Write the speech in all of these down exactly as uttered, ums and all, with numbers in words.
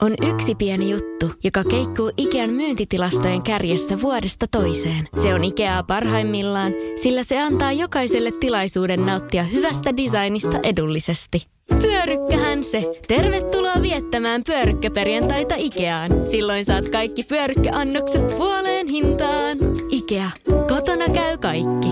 on yksi pieni juttu, joka keikkuu Ikean myyntitilastojen kärjessä vuodesta toiseen. Se on Ikeaa parhaimmillaan, sillä se antaa jokaiselle tilaisuuden nauttia hyvästä designista edullisesti. Pyörykkähän se! Tervetuloa viettämään pyörykkäperjantaita Ikeaan. Silloin saat kaikki pyörykkäannokset puoleen hintaan. Ikea. Kotona käy kaikki.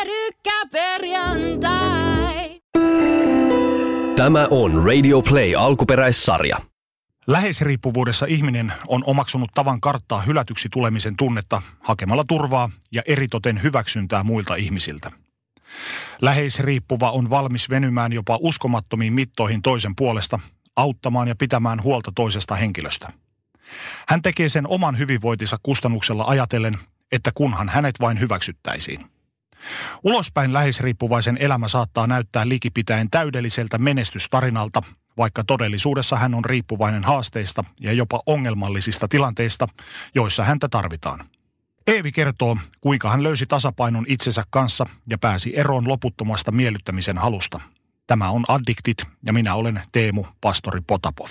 Pyörykkäperjantai! Tämä on Radio Play alkuperäissarja. Läheisriippuvuudessa ihminen on omaksunut tavan karttaa hylätyksi tulemisen tunnetta hakemalla turvaa ja eritoten hyväksyntää muilta ihmisiltä. Läheisriippuva on valmis venymään jopa uskomattomiin mittoihin toisen puolesta, auttamaan ja pitämään huolta toisesta henkilöstä. Hän tekee sen oman hyvinvointinsa kustannuksella ajatellen, että kunhan hänet vain hyväksyttäisiin. Ulospäin läheisriippuvaisen elämä saattaa näyttää likipitäen täydelliseltä menestystarinalta, vaikka todellisuudessa hän on riippuvainen haasteista ja jopa ongelmallisista tilanteista, joissa häntä tarvitaan. Eevi kertoo, kuinka hän löysi tasapainon itsensä kanssa ja pääsi eroon loputtomasta miellyttämisen halusta. Tämä on Addiktit ja minä olen Teemu Pastori Potapov.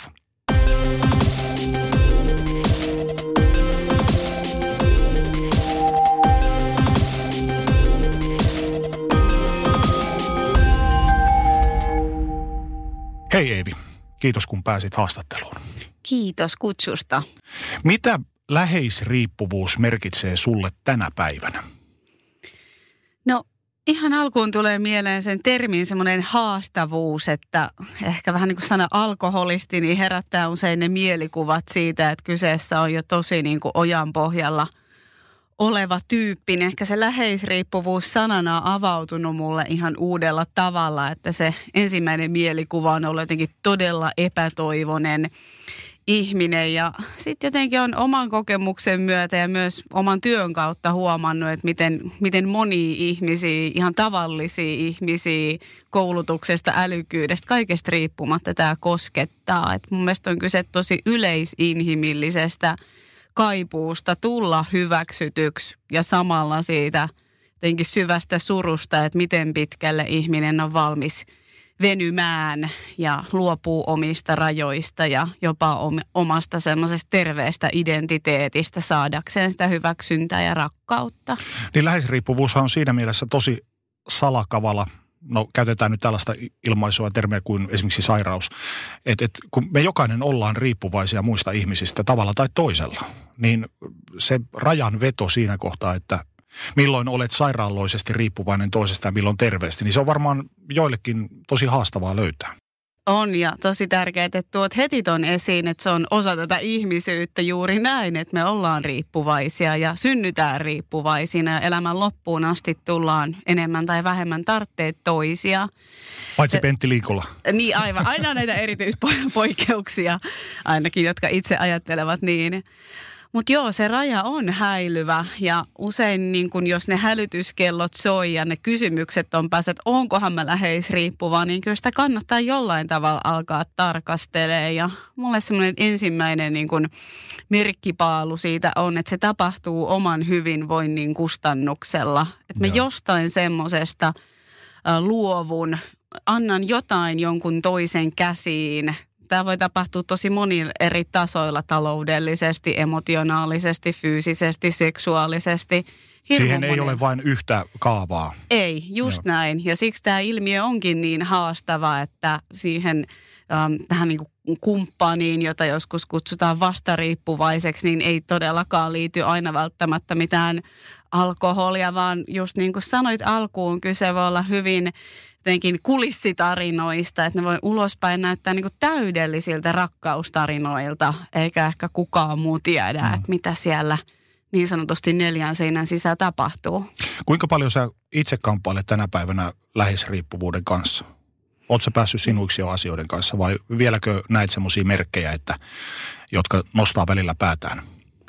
Hei Eevi, kiitos kun pääsit haastatteluun. Kiitos kutsusta. Mitä läheisriippuvuus merkitsee sulle tänä päivänä? No ihan alkuun tulee mieleen sen termin semmoinen haastavuus, että ehkä vähän niin kuin sana alkoholisti, niin herättää usein ne mielikuvat siitä, että kyseessä on jo tosi niin kuin ojan pohjalla oleva tyyppi. Ehkä se läheisriippuvuus sanana on avautunut mulle ihan uudella tavalla, että se ensimmäinen mielikuva on ollut jotenkin todella epätoivoinen ihminen ja sitten jotenkin on oman kokemuksen myötä ja myös oman työn kautta huomannut, että miten, miten monia ihmisiä, ihan tavallisia ihmisiä koulutuksesta, älykkyydestä, kaikesta riippumatta tämä koskettaa. Et mun mielestä on kyse tosi yleisinhimillisestä kaipuusta tulla hyväksytyksi ja samalla siitä jotenkin syvästä surusta, että miten pitkälle ihminen on valmis venymään ja luopuu omista rajoista ja jopa omasta semmoisesta terveestä identiteetistä saadakseen sitä hyväksyntää ja rakkautta. Niin läheisriippuvuushan on siinä mielessä tosi salakavala. No käytetään nyt tällaista ilmaisua termiä kuin esimerkiksi sairaus. Että et, kun me jokainen ollaan riippuvaisia muista ihmisistä tavalla tai toisella, niin se rajan veto siinä kohtaa, että milloin olet sairaaloisesti riippuvainen toisesta ja milloin terveesti, niin se on varmaan joillekin tosi haastavaa löytää. On ja tosi tärkeää, että tuot heti ton esiin, että se on osa tätä ihmisyyttä juuri näin, että me ollaan riippuvaisia ja synnytään riippuvaisina ja elämän loppuun asti tullaan enemmän tai vähemmän tarvitseet toisia. Paitsi Pentti Liikola. Niin aivan, aina näitä erityispoikkeuksia ainakin, jotka itse ajattelevat niin. Mutta joo, se raja on häilyvä ja usein niin kun jos ne hälytyskellot soi ja ne kysymykset on päässä, että onkohan mä läheisriippuva, niin kyllä sitä kannattaa jollain tavalla alkaa tarkastelemaan. Ja mulle semmoinen ensimmäinen niin kun merkkipaalu siitä on, että se tapahtuu oman hyvinvoinnin kustannuksella. Että mä jostain semmoisesta äh, luovun, annan jotain jonkun toisen käsiin. Tämä voi tapahtua tosi monilla eri tasoilla, taloudellisesti, emotionaalisesti, fyysisesti, seksuaalisesti. Hirmu Siihen ei monilla. ole vain yhtä kaavaa. Ei, just Joo. näin. Ja siksi tämä ilmiö onkin niin haastava, että siihen ähm, tähän niin kuin kumppaniin, jota joskus kutsutaan vastariippuvaiseksi, niin ei todellakaan liity aina välttämättä mitään alkoholia, vaan just niin kuin sanoit alkuun, kyse voi olla hyvin jotenkin kulissitarinoista, että ne voi ulospäin näyttää niin kuin täydellisiltä rakkaustarinoilta, eikä ehkä kukaan muu tiedä, mm. että mitä siellä niin sanotusti neljän seinän sisällä tapahtuu. Kuinka paljon sä itse kamppailet tänä päivänä läheisriippuvuuden kanssa? Oletko sä päässyt sinuiksi jo asioiden kanssa vai vieläkö näet semmoisia merkkejä, että, jotka nostaa välillä päätään?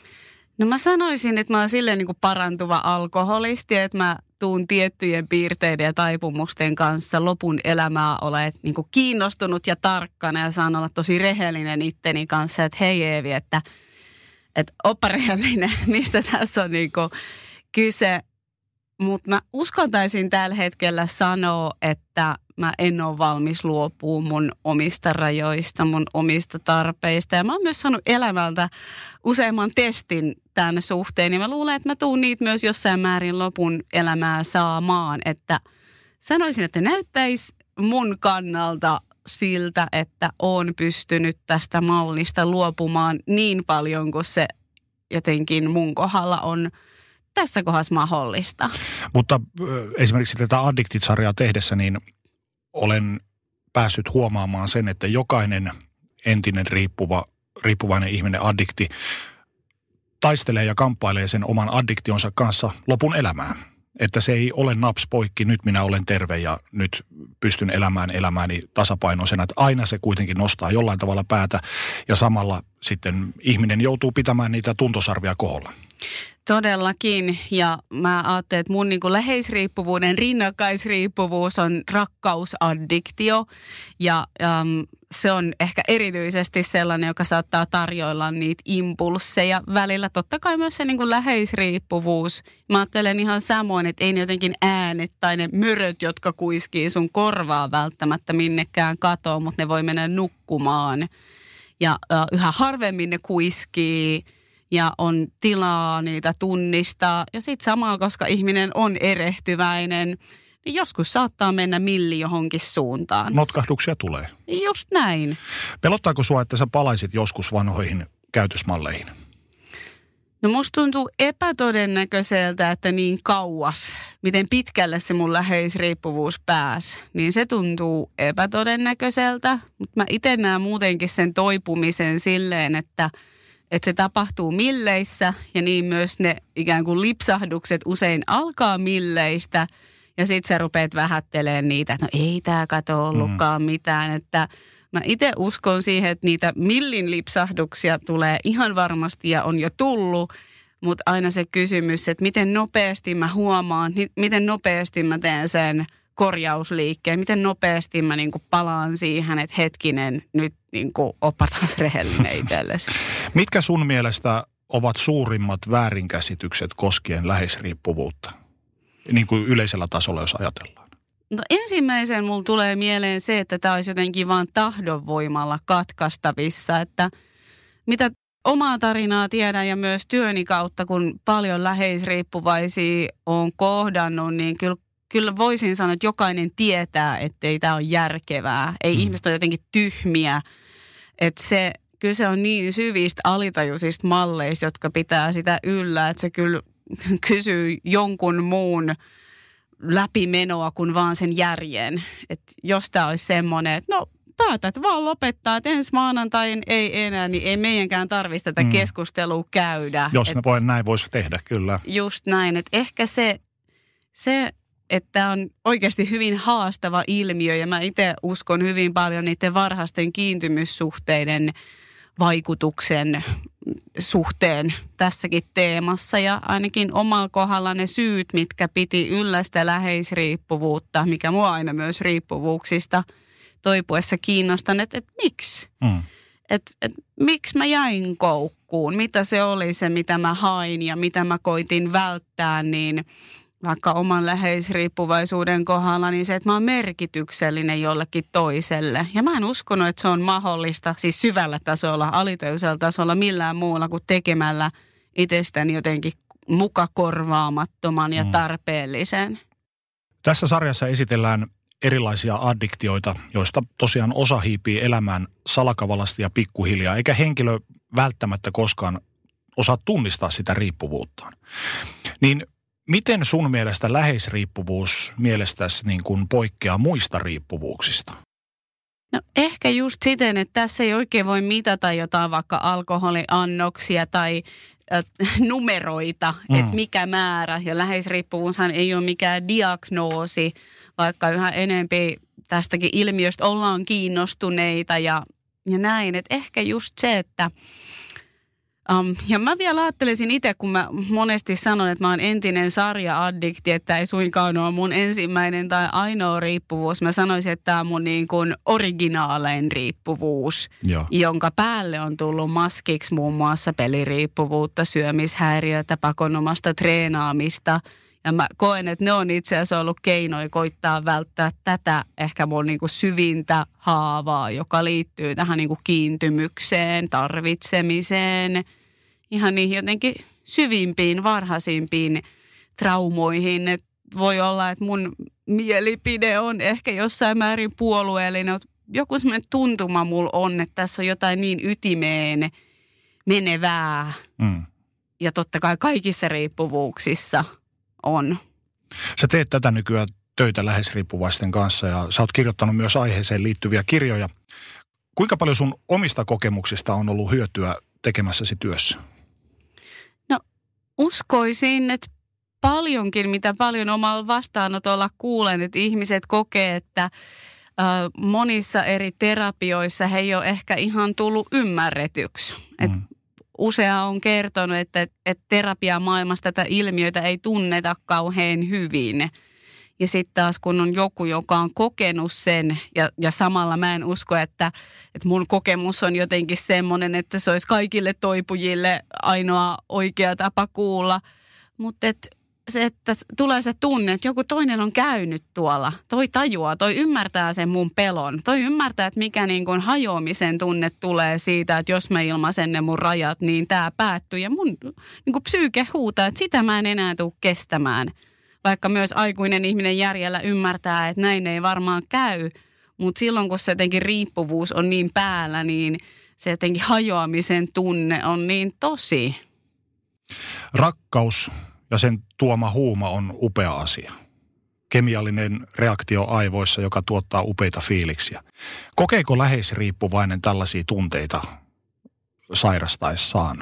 No mä sanoisin, että mä oon silleen niin kuin parantuva alkoholisti, että mä tuun tiettyjen piirteiden ja taipumusten kanssa lopun elämää olet niin kuin kiinnostunut ja tarkkana ja saan olla tosi rehellinen itteni kanssa, että hei Eevi, että, että oppa rehellinen, mistä tässä on niin kuin kyse. Mutta mä uskaltaisin tällä hetkellä sanoa, että mä en ole valmis luopumaan mun omista rajoista, mun omista tarpeista. Ja mä oon myös saanut elämältä useamman testin tämän suhteen. Ja mä luulen, että mä tuun niitä myös jossain määrin lopun elämää saamaan. Että sanoisin, että näyttäisi mun kannalta siltä, että oon pystynyt tästä mallista luopumaan niin paljon, kuin se jotenkin mun kohdalla on tässä kohdassa mahdollista. Mutta esimerkiksi tätä Addictit-sarjaa tehdessä, niin olen päässyt huomaamaan sen, että jokainen entinen riippuva, riippuvainen ihminen, addikti, taistelee ja kamppailee sen oman addiktionsa kanssa lopun elämään. Että se ei ole naps poikki, nyt minä olen terve ja nyt pystyn elämään elämääni tasapainoisena. Että aina se kuitenkin nostaa jollain tavalla päätä ja samalla sitten ihminen joutuu pitämään niitä tuntosarvia koholla. Todellakin, ja mä ajattelen, että mun niin kuin läheisriippuvuuden rinnakkaisriippuvuus on rakkausaddiktio, ja äm, se on ehkä erityisesti sellainen, joka saattaa tarjoilla niitä impulsseja välillä. Totta kai myös se niin kuin läheisriippuvuus. Mä ajattelen ihan samoin, että ei ne jotenkin äänet tai ne möröt, jotka kuiskii sun korvaa välttämättä minnekään katoa, mutta ne voi mennä nukkumaan. Ja äh, yhä harvemmin ne kuiskii. Ja on tilaa niitä tunnistaa. Ja sitten samalla, koska ihminen on erehtyväinen, niin joskus saattaa mennä milli johonkin suuntaan. Notkahduksia tulee. Just näin. Pelottaako sua, että sä palaisit joskus vanhoihin käytösmalleihin? No musta tuntuu epätodennäköiseltä, että niin kauas, miten pitkälle se mun läheisriippuvuus pääsi, niin se tuntuu epätodennäköiseltä. Mutta mä itse näen muutenkin sen toipumisen silleen, että Että se tapahtuu milleissä ja niin myös ne ikään kuin lipsahdukset usein alkaa milleistä. Ja sit sä rupeat vähättelemään niitä, että no ei tää kato ollutkaan mm. mitään. Että mä itse uskon siihen, että niitä millin lipsahduksia tulee ihan varmasti ja on jo tullut. Mutta aina se kysymys, että miten nopeasti mä huomaan, miten nopeasti mä teen sen korjausliikkeen, miten nopeasti mä niinku palaan siihen, että hetkinen, nyt niinku oppa taas rehellinen itsellesi. Mitkä sun mielestä ovat suurimmat väärinkäsitykset koskien läheisriippuvuutta? Niin kuin yleisellä tasolla, jos ajatellaan. No ensimmäisen mulla tulee mieleen se, että tämä olisi jotenkin vaan tahdonvoimalla katkaistavissa, että mitä omaa tarinaa tiedän ja myös työni kautta, kun paljon läheisriippuvaisia on kohdannut, niin kyllä Kyllä voisin sanoa, että jokainen tietää, että ei tämä ole järkevää. Ei mm. ihmiset ole jotenkin tyhmiä. Että se, kyllä se on niin syvistä alitajuisista malleista, jotka pitää sitä yllä, että se kyllä kysyy jonkun muun läpimenoa kuin vaan sen järjen. Että jos tämä olisi semmoinen, että no päätät vaan lopettaa, että ensi maanantain ei enää, niin ei meidänkään tarvitse tätä mm. keskustelua käydä. Jos ne voi, näin voisi tehdä, kyllä. Just näin, että ehkä se... se että tämä on oikeasti hyvin haastava ilmiö ja mä itse uskon hyvin paljon niiden varhaisten kiintymyssuhteiden vaikutuksen suhteen tässäkin teemassa. Ja ainakin omalla kohdalla ne syyt, mitkä piti yllä sitä läheisriippuvuutta, mikä mua aina myös riippuvuuksista toipuessa kiinnostan, että, että miksi? Mm. Että et, miksi mä jäin koukkuun? Mitä se oli se, mitä mä hain ja mitä mä koitin välttää, niin vaikka oman läheisriippuvaisuuden kohdalla, niin se, että mä oon merkityksellinen jollekin toiselle. Ja mä en uskonut, että se on mahdollista, siis syvällä tasolla, alitajuisella tasolla, millään muulla kuin tekemällä itsestäni jotenkin muka korvaamattoman ja tarpeellisen. Tässä sarjassa esitellään erilaisia addiktioita, joista tosiaan osa hiipii elämään salakavalasti ja pikkuhiljaa, eikä henkilö välttämättä koskaan osaa tunnistaa sitä riippuvuuttaan. Niin miten sun mielestä läheisriippuvuus mielestäsi niin kuin poikkeaa muista riippuvuuksista? No ehkä just siten, että tässä ei oikein voi mitata jotain vaikka alkoholiannoksia tai äh, numeroita, mm. että mikä määrä. Ja läheisriippuvuushan ei ole mikään diagnoosi, vaikka yhä enempi tästäkin ilmiöstä ollaan kiinnostuneita ja, ja näin. Että ehkä just se, että Um, ja mä vielä ajattelisin itse, kun mä monesti sanon, että mä oon entinen sarja-addikti, että ei suinkaan ole mun ensimmäinen tai ainoa riippuvuus. Mä sanoisin, että tämä on mun niin kuin originaalein riippuvuus, Joo. jonka päälle on tullut maskiksi muun muassa peliriippuvuutta, syömishäiriötä, pakonomasta treenaamista Ja mä koen, että ne on itse asiassa ollut keinoja koittaa välttää tätä ehkä mun niin kuin syvintä haavaa, joka liittyy tähän niin kuin kiintymykseen, tarvitsemiseen, ihan niihin jotenkin syvimpiin, varhaisimpiin traumoihin. Et voi olla, että mun mielipide on ehkä jossain määrin puolueellinen. Joku sellainen tuntuma mulla on, että tässä on jotain niin ytimeen menevää. Mm. Ja totta kai kaikissa riippuvuuksissa on. Sä teet tätä nykyään töitä läheisriippuvaisten kanssa ja sä oot kirjoittanut myös aiheeseen liittyviä kirjoja. Kuinka paljon sun omista kokemuksista on ollut hyötyä tekemässäsi työssä? No uskoisin, että paljonkin, mitä paljon omalla vastaanotolla kuulen, että ihmiset kokee, että äh, monissa eri terapioissa he ei ole ehkä ihan tullut ymmärretyksi. Mm. Et usea on kertonut, että, että terapiamaailmassa tätä ilmiötä ei tunneta kauhean hyvin. Ja sitten taas kun on joku, joka on kokenut sen ja, ja samalla mä en usko, että, että mun kokemus on jotenkin semmoinen, että se olisi kaikille toipujille ainoa oikea tapa kuulla. Mutta se, että tulee se tunne, että joku toinen on käynyt tuolla, toi tajuaa, toi ymmärtää sen mun pelon. Toi ymmärtää, että mikä niin kuin hajoamisen tunne tulee siitä, että jos mä ilmaisen ne mun rajat, niin tää päättyy. Ja mun niin kuin psyyke huutaa, että sitä mä en enää tule kestämään. Vaikka myös aikuinen ihminen järjellä ymmärtää, että näin ei varmaan käy. Mutta silloin, kun se jotenkin riippuvuus on niin päällä, niin se jotenkin hajoamisen tunne on niin tosi. Rakkaus ja sen tuoma huuma on upea asia. Kemiallinen reaktio aivoissa, joka tuottaa upeita fiiliksiä. Kokeeko läheisriippuvainen tällaisia tunteita sairastaessaan?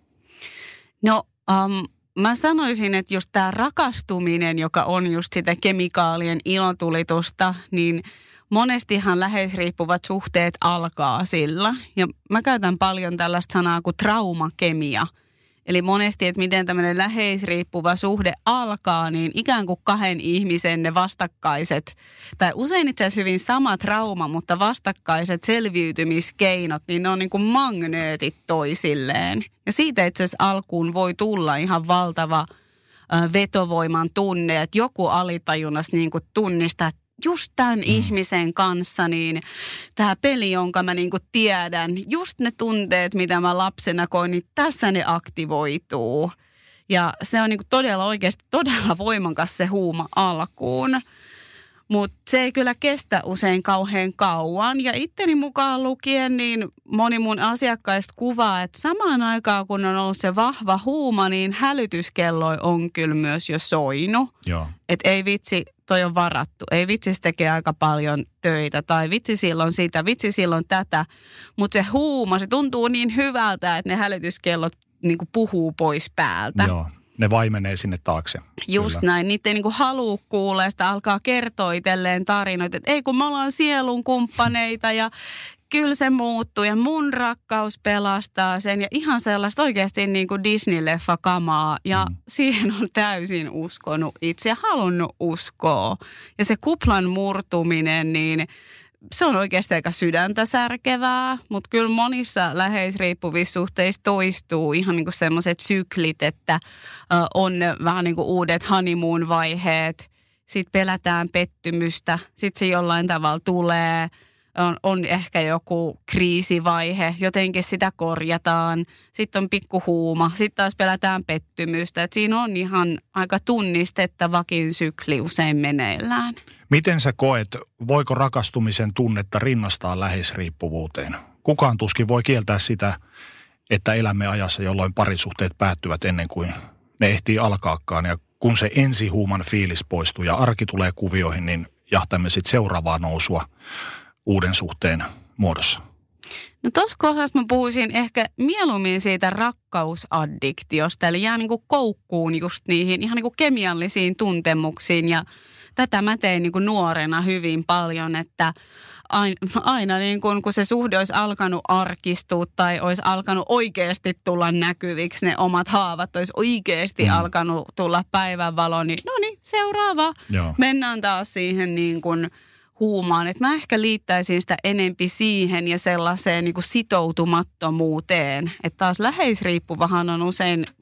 No, um, mä sanoisin, että just tämä rakastuminen, joka on just sitä kemikaalien ilotulitusta, niin monestihan läheisriippuvat suhteet alkaa sillä. Ja mä käytän paljon tällaista sanaa kuin traumakemia. Eli monesti, että miten tämmöinen läheisriippuva suhde alkaa, niin ikään kuin kahden ihmisen ne vastakkaiset, tai usein itse asiassa hyvin sama trauma, mutta vastakkaiset selviytymiskeinot, niin ne on niin kuin magneetit toisilleen. Ja siitä itse asiassa alkuun voi tulla ihan valtava äh, vetovoiman tunne, että joku alitajunnassa niin kuin tunnistaa, että just tämän mm. ihmisen kanssa, niin tämä peli, jonka mä niinku tiedän, just ne tunteet, mitä mä lapsena koin, niin tässä ne aktivoituu. Ja se on niinku todella oikeasti todella voimakas se huuma alkuun. Mutta se ei kyllä kestä usein kauhean kauan. Ja itteni mukaan lukien, niin moni mun asiakkaista kuvaa, että samaan aikaan kun on ollut se vahva huuma, niin hälytyskello on kyllä myös jo soinut. Että ei vitsi, toi on varattu. Ei vitsi, se tekee aika paljon töitä. Tai vitsi silloin sitä, vitsi silloin tätä. Mutta se huuma, se tuntuu niin hyvältä, että ne hälytyskellot niinku puhuu pois päältä. Joo. Ne vaimenee sinne taakse. Just kyllä. Näin. Niitä ei niinku halua kuulla, sitä alkaa kertoa itselleen tarinoita, että ei kun me ollaan sielun kumppaneita ja kyllä se muuttuu ja mun rakkaus pelastaa sen ja ihan sellaista oikeasti niin kuin Disney-leffa kamaa ja mm. siihen on täysin uskonut itse ja halunnut uskoa. Ja se kuplan murtuminen, niin se on oikeasti aika sydäntä särkevää, mutta kyllä monissa läheisriippuvissa suhteissa toistuu ihan niin kuin semmoiset syklit, että on vähän niin kuin uudet honeymoon-vaiheet, sitten pelätään pettymystä, sitten se jollain tavalla tulee, on, on ehkä joku kriisivaihe, jotenkin sitä korjataan, sitten on pikkuhuuma, sitten taas pelätään pettymystä, että siinä on ihan aika tunnistettavakin sykli usein meneillään. Miten sä koet, voiko rakastumisen tunnetta rinnastaa läheisriippuvuuteen? Kukaan tuskin voi kieltää sitä, että elämme ajassa, jolloin parisuhteet päättyvät ennen kuin ne ehtii alkaakaan. Ja kun se ensihuuman fiilis poistuu ja arki tulee kuvioihin, niin jahtamme sitten seuraavaa nousua uuden suhteen muodossa. No tuossa kohdassa mä puhuisin ehkä mieluummin siitä rakkausaddiktiosta, eli jää niin kuin koukkuun just niihin ihan niin kuin kemiallisiin tuntemuksiin ja tätä mä tein niin kuin nuorena hyvin paljon, että aina, aina niin kuin, kun se suhde olisi alkanut arkistua tai olisi alkanut oikeasti tulla näkyviksi, ne omat haavat olisi oikeasti mm. alkanut tulla päivänvaloon, niin no niin, seuraava. Joo. Mennään taas siihen niin kuin huumaan. Että mä ehkä liittäisin sitä enempi siihen ja sellaiseen niin kuin sitoutumattomuuteen. Että taas läheisriippuvahan on usein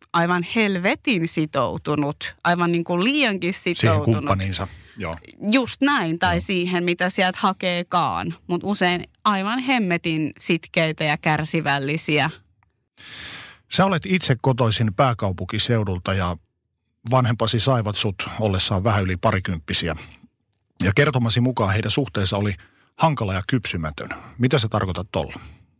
aivan helvetin sitoutunut, aivan niin kuin liiankin sitoutunut. Siihen kumppaniinsa, joo. Just näin, tai joo. siihen, mitä sieltä hakeekaan, mutta usein aivan hemmetin sitkeitä ja kärsivällisiä. Sä olet itse kotoisin pääkaupunkiseudulta ja vanhempasi saivat sut ollessaan vähän yli parikymppisiä. Ja kertomasi mukaan heidän suhteensa oli hankala ja kypsymätön. Mitä sä tarkoitat tolla?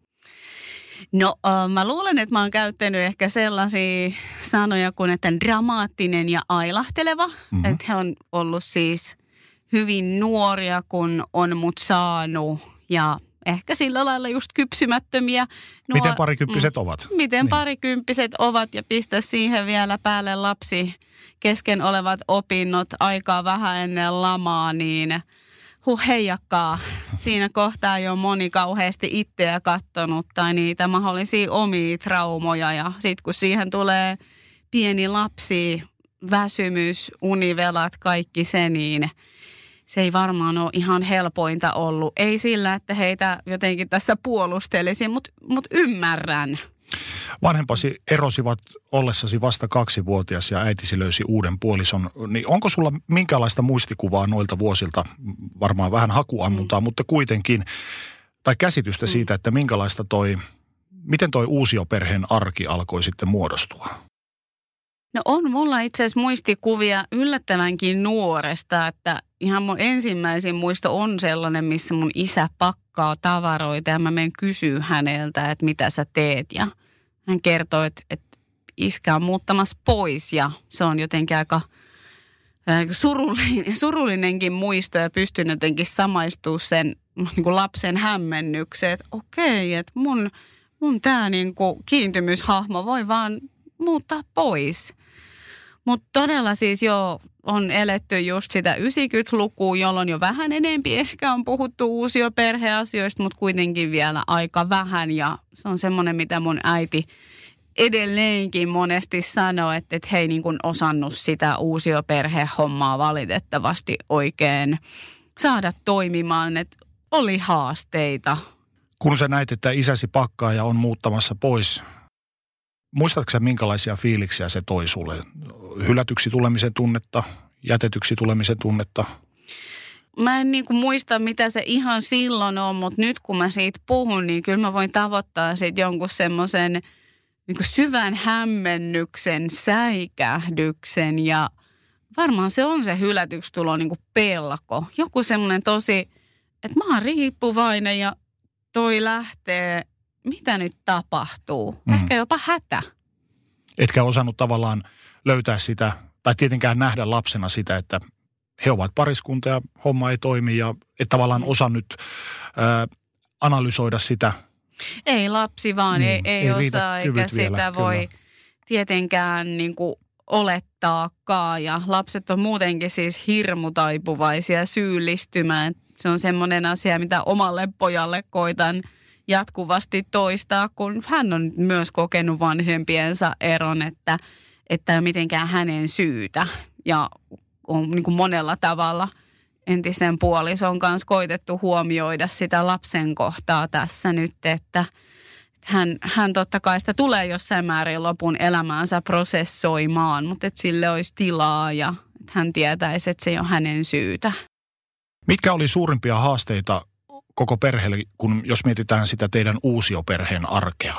No äh, mä luulen, että mä oon käyttänyt ehkä sellaisia sanoja kuin, että dramaattinen ja ailahteleva. Mm-hmm. Että he on ollut siis hyvin nuoria, kun on mut saanut ja ehkä sillä lailla just kypsymättömiä. Nuo, miten parikymppiset mm, ovat? Miten niin. parikymppiset ovat ja pistä siihen vielä päälle lapsi kesken olevat opinnot aikaa vähän ennen lamaa, niin huh heijakkaa. Siinä kohtaa jo moni kauheasti itseä kattonut tai niitä mahdollisia omia traumoja ja sitten kun siihen tulee pieni lapsi, väsymys, univelat, kaikki se, niin se ei varmaan ole ihan helpointa ollut. Ei sillä, että heitä jotenkin tässä puolustelisin, mutta mut ymmärrän. Vanhempasi erosivat ollessasi vasta kaksivuotias ja äitisi löysi uuden puolison. Niin onko sulla minkälaista muistikuvaa noilta vuosilta, varmaan vähän hakuammuntaa, mm. mutta kuitenkin, tai käsitystä mm. siitä, että minkälaista toi, miten toi uusioperheen arki alkoi sitten muodostua? No on mulla itse asiassa muistikuvia yllättävänkin nuoresta, että ihan mun ensimmäisin muisto on sellainen, missä mun isä pakkaa tavaroita ja mä menen kysyä häneltä, että mitä sä teet. Ja hän kertoo, että, että iskä on muuttamassa pois ja se on jotenkin aika surullinen, surullinenkin muisto ja pystyn jotenkin samaistumaan sen niin kuin lapsen hämmennykseen, että okei, että mun, mun tää niin kuin kiintymyshahmo voi vaan muuttaa pois. Mutta todella siis jo on eletty just sitä yhdeksänkymmentälukua, jolloin jo vähän enempi ehkä on puhuttu uusioperheasioista, mutta kuitenkin vielä aika vähän. Ja se on semmoinen, mitä mun äiti edelleenkin monesti sanoo, että, että he ei niin kuin osannut sitä uusioperhehommaa valitettavasti oikein saada toimimaan, että oli haasteita. Kun sä näit, että isäsi pakkaa ja on muuttamassa pois, muistatko sä, minkälaisia fiiliksiä se toi sulle? Hylätyksi tulemisen tunnetta, jätetyksi tulemisen tunnetta? Mä en niin kuin muista, mitä se ihan silloin on, mutta nyt kun mä siitä puhun, niin kyllä mä voin tavoittaa siitä jonkun semmoisen niin kuin syvän hämmennyksen, säikähdyksen ja varmaan se on se hylätyksi tulo niin kuin pelko. Joku semmoinen tosi, että mä oon riippuvainen ja toi lähtee, mitä nyt tapahtuu? Mm. Ehkä jopa hätä. Etkä osannut tavallaan löytää sitä, tai tietenkään nähdä lapsena sitä, että he ovat pariskunta ja homma ei toimi ja et tavallaan osaa nyt ää, analysoida sitä. Ei lapsi vaan, niin, ei, ei, ei osaa eikä sitä vielä, voi kyllä. tietenkään niin kuin olettaakaan. Ja lapset on muutenkin siis hirmutaipuvaisia syyllistymään. Se on semmoinen asia, mitä omalle pojalle koitan jatkuvasti toistaa, kun hän on myös kokenut vanhempiensa eron, että että ei ole mitenkään hänen syytä. Ja on niin kuin monella tavalla entisen puolison kanssa koitettu huomioida sitä lapsen kohtaa tässä nyt, että hän, hän totta kai sitä tulee jossain määrin lopun elämäänsä prosessoimaan, mutta että sille olisi tilaa ja että hän tietäisi, että se ei ole hänen syytä. Mitkä oli suurimpia haasteita koko perheelle, kun jos mietitään sitä teidän uusioperheen arkea?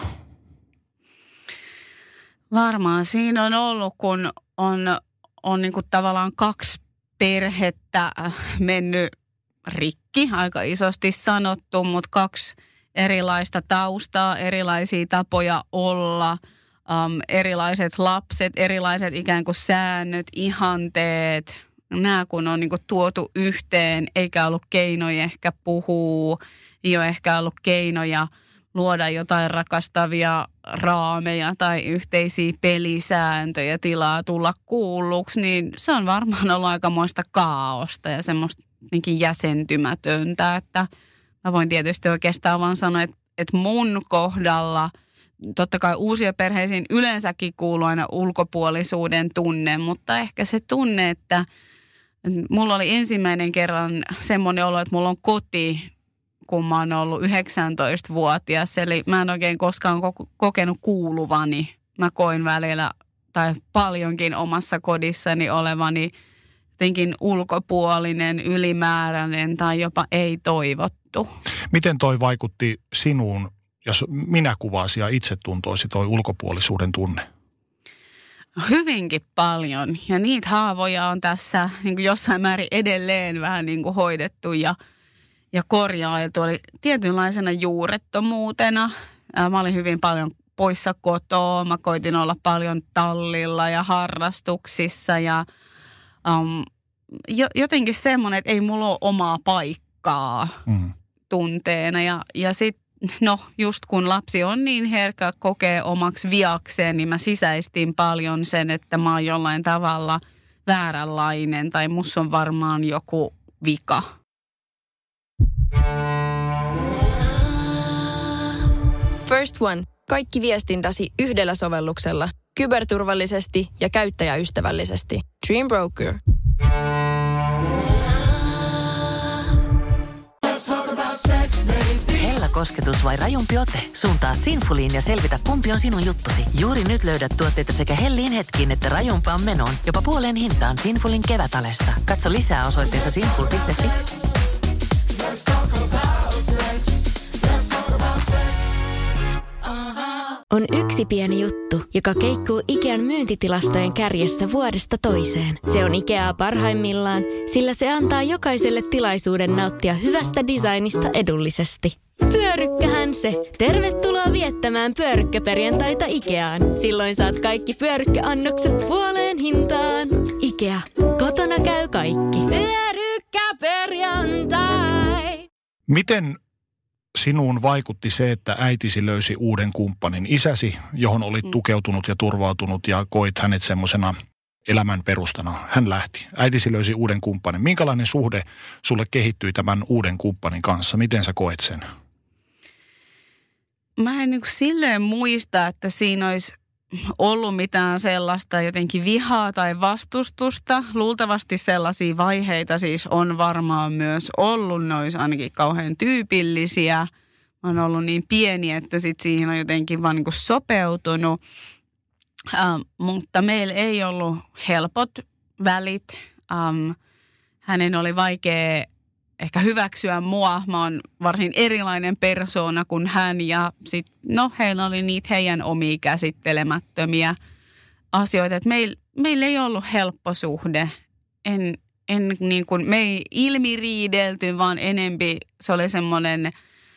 Varmaan siinä on ollut, kun on, on niin kuin tavallaan kaksi perhettä mennyt rikki, aika isosti sanottu, mutta kaksi erilaista taustaa, erilaisia tapoja olla, um, erilaiset lapset, erilaiset ikään kuin säännöt, ihanteet. Nämä kun on niin kuin tuotu yhteen, eikä ollut keinoja ehkä puhua, ei ole ehkä ollut keinoja luoda jotain rakastavia raameja tai yhteisiä pelisääntöjä, tilaa tulla kuulluksi, niin se on varmaan ollut aikamoista kaaosta ja semmoista jäsentymätöntä, että mä voin tietysti oikeastaan vaan sanoa, että, että mun kohdalla totta kai uusioperheisiin yleensäkin kuuluu aina ulkopuolisuuden tunne, mutta ehkä se tunne, että mulla oli ensimmäinen kerran semmoinen olo, että mulla on koti, kun mä oon ollut yhdeksäntoistavuotias. Eli mä en oikein koskaan kokenut kuuluvani. Mä koin välillä tai paljonkin omassa kodissani olevani jotenkin ulkopuolinen, ylimääräinen tai jopa ei-toivottu. Miten toi vaikutti sinuun, jos minä kuvasi ja itsetuntoisi toi ulkopuolisuuden tunne? Hyvinkin paljon. Ja niitä haavoja on tässä niin kuin jossain määrin edelleen vähän niin kuin hoidettu ja, ja korjailtu. Oli tietynlaisena juurettomuutena. Mä olin hyvin paljon poissa kotoa. Mä koitin olla paljon tallilla ja harrastuksissa ja um, jotenkin semmoinen, että ei mulla ole omaa paikkaa mm. tunteena. Ja, ja sitten, no just kun lapsi on niin herkkä, kokee omaksi viakseen, niin mä sisäistin paljon sen, että mä oon jollain tavalla vääränlainen tai musta on varmaan joku vika. First One. Kaikki viestintäsi yhdellä sovelluksella. Kyberturvallisesti ja käyttäjäystävällisesti. Dream Broker. Hellä kosketus vai rajumpi ote? Suuntaa Sinfuliin ja selvitä, kumpi on sinun juttusi. Juuri nyt löydät tuotteita sekä helliin hetkiin että rajumpaan menoon. Jopa puoleen hintaan Sinfulin kevätalesta. Katso lisää osoitteessa sinful piste fi. On yksi pieni juttu, joka keikkuu Ikean myyntitilastojen kärjessä vuodesta toiseen. Se on Ikeaa parhaimmillaan, sillä se antaa jokaiselle tilaisuuden nauttia hyvästä designista edullisesti. Pyörykkähän se! Tervetuloa viettämään pyörykkäperjantaita Ikeaan. Silloin saat kaikki pyörykkäannokset puoleen hintaan. Ikea. Kotona käy kaikki. Pyörykkäperjantai! Miten sinuun vaikutti se, että äitisi löysi uuden kumppanin? Isäsi, johon olit mm. tukeutunut ja turvautunut ja koit hänet semmoisena elämän perustana. Hän lähti. Äitisi löysi uuden kumppanin. Minkälainen suhde sulle kehittyi tämän uuden kumppanin kanssa? Miten sä koet sen? Mä en niin kuin silleen muista, että siinä olisi ollut mitään sellaista jotenkin vihaa tai vastustusta. Luultavasti sellaisia vaiheita siis on varmaan myös ollut. Ne olisi ainakin kauhean tyypillisiä. Mä oon ollut niin pieni, että sit siihen on jotenkin vaan niin kuin sopeutunut. Ähm, mutta meillä ei ollut helpot välit. Ähm, hänen oli vaikea ehkä hyväksyä mua. Mä oon varsin erilainen persoona kuin hän ja sit, no heillä oli niitä heidän omia käsittelemättömiä asioita. Et meil, meillä ei ollut helppo suhde. En, en niin kuin, me ei ilmiriidelty, vaan enempi se oli semmoinen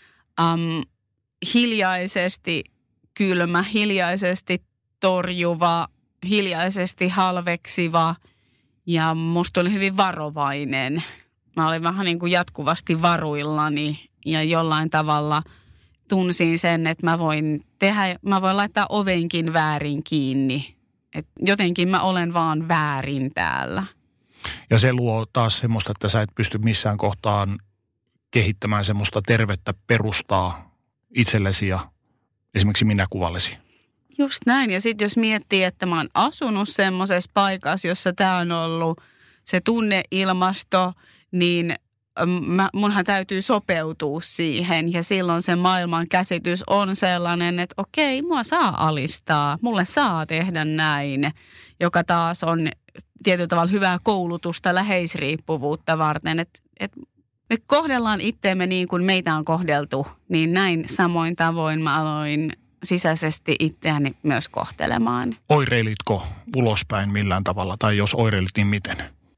um, hiljaisesti kylmä, hiljaisesti torjuva, hiljaisesti halveksiva ja musta oli hyvin varovainen. Mä olin vähän niin kuin jatkuvasti varuillani ja jollain tavalla tunsin sen, että mä voin tehdä, mä voin laittaa ovenkin väärin kiinni. Et jotenkin mä olen vaan väärin täällä. Ja se luo taas semmoista, että sä et pysty missään kohtaan kehittämään semmoista tervettä perustaa itsellesi ja esimerkiksi minäkuvallesi. Just näin. Ja sitten jos miettii, että mä oon asunut semmoisessa paikassa, jossa tää on ollut se tunneilmasto, niin mä, munhan täytyy sopeutua siihen ja silloin se maailman käsitys on sellainen, että okei, mua saa alistaa, mulle saa tehdä näin, joka taas on tietyllä tavalla hyvää koulutusta läheisriippuvuutta varten, että et me kohdellaan itteemme niin kuin meitä on kohdeltu, niin näin samoin tavoin mä aloin sisäisesti itseäni myös kohtelemaan. Oireilitko ulospäin millään tavalla tai jos oireilit, niin miten?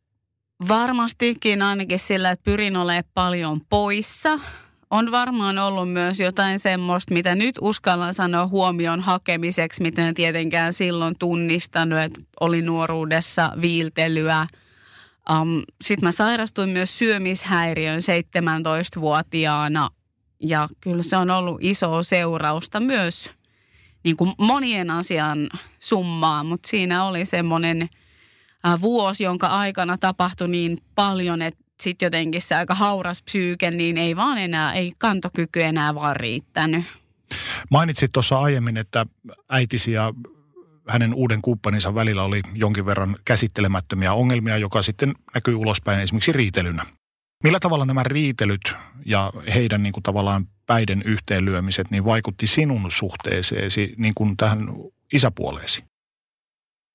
Varmastikin ainakin sillä, että pyrin olemaan paljon poissa. On varmaan ollut myös jotain semmoista, mitä nyt uskallan sanoa huomion hakemiseksi, mitä en tietenkään silloin tunnistanut, että oli nuoruudessa viiltelyä. Um, Sitten mä sairastuin myös syömishäiriön seitsemäntoistavuotiaana ja kyllä se on ollut isoa seurausta myös niin kuin monien asian summaa, mutta siinä oli semmoinen vuosi, jonka aikana tapahtui niin paljon, että sitten jotenkin se aika hauras psyyke, niin ei vaan enää, ei kantokyky enää vaan riittänyt. Mainitsit tuossa aiemmin, että äitisi ja hänen uuden kumppaninsa välillä oli jonkin verran käsittelemättömiä ongelmia, joka sitten näkyy ulospäin esimerkiksi riitelynä. Millä tavalla nämä riitelyt ja heidän niin kuin tavallaan päiden yhteenlyömiset niin vaikutti sinun suhteeseesi niin kuin tähän isäpuoleesi?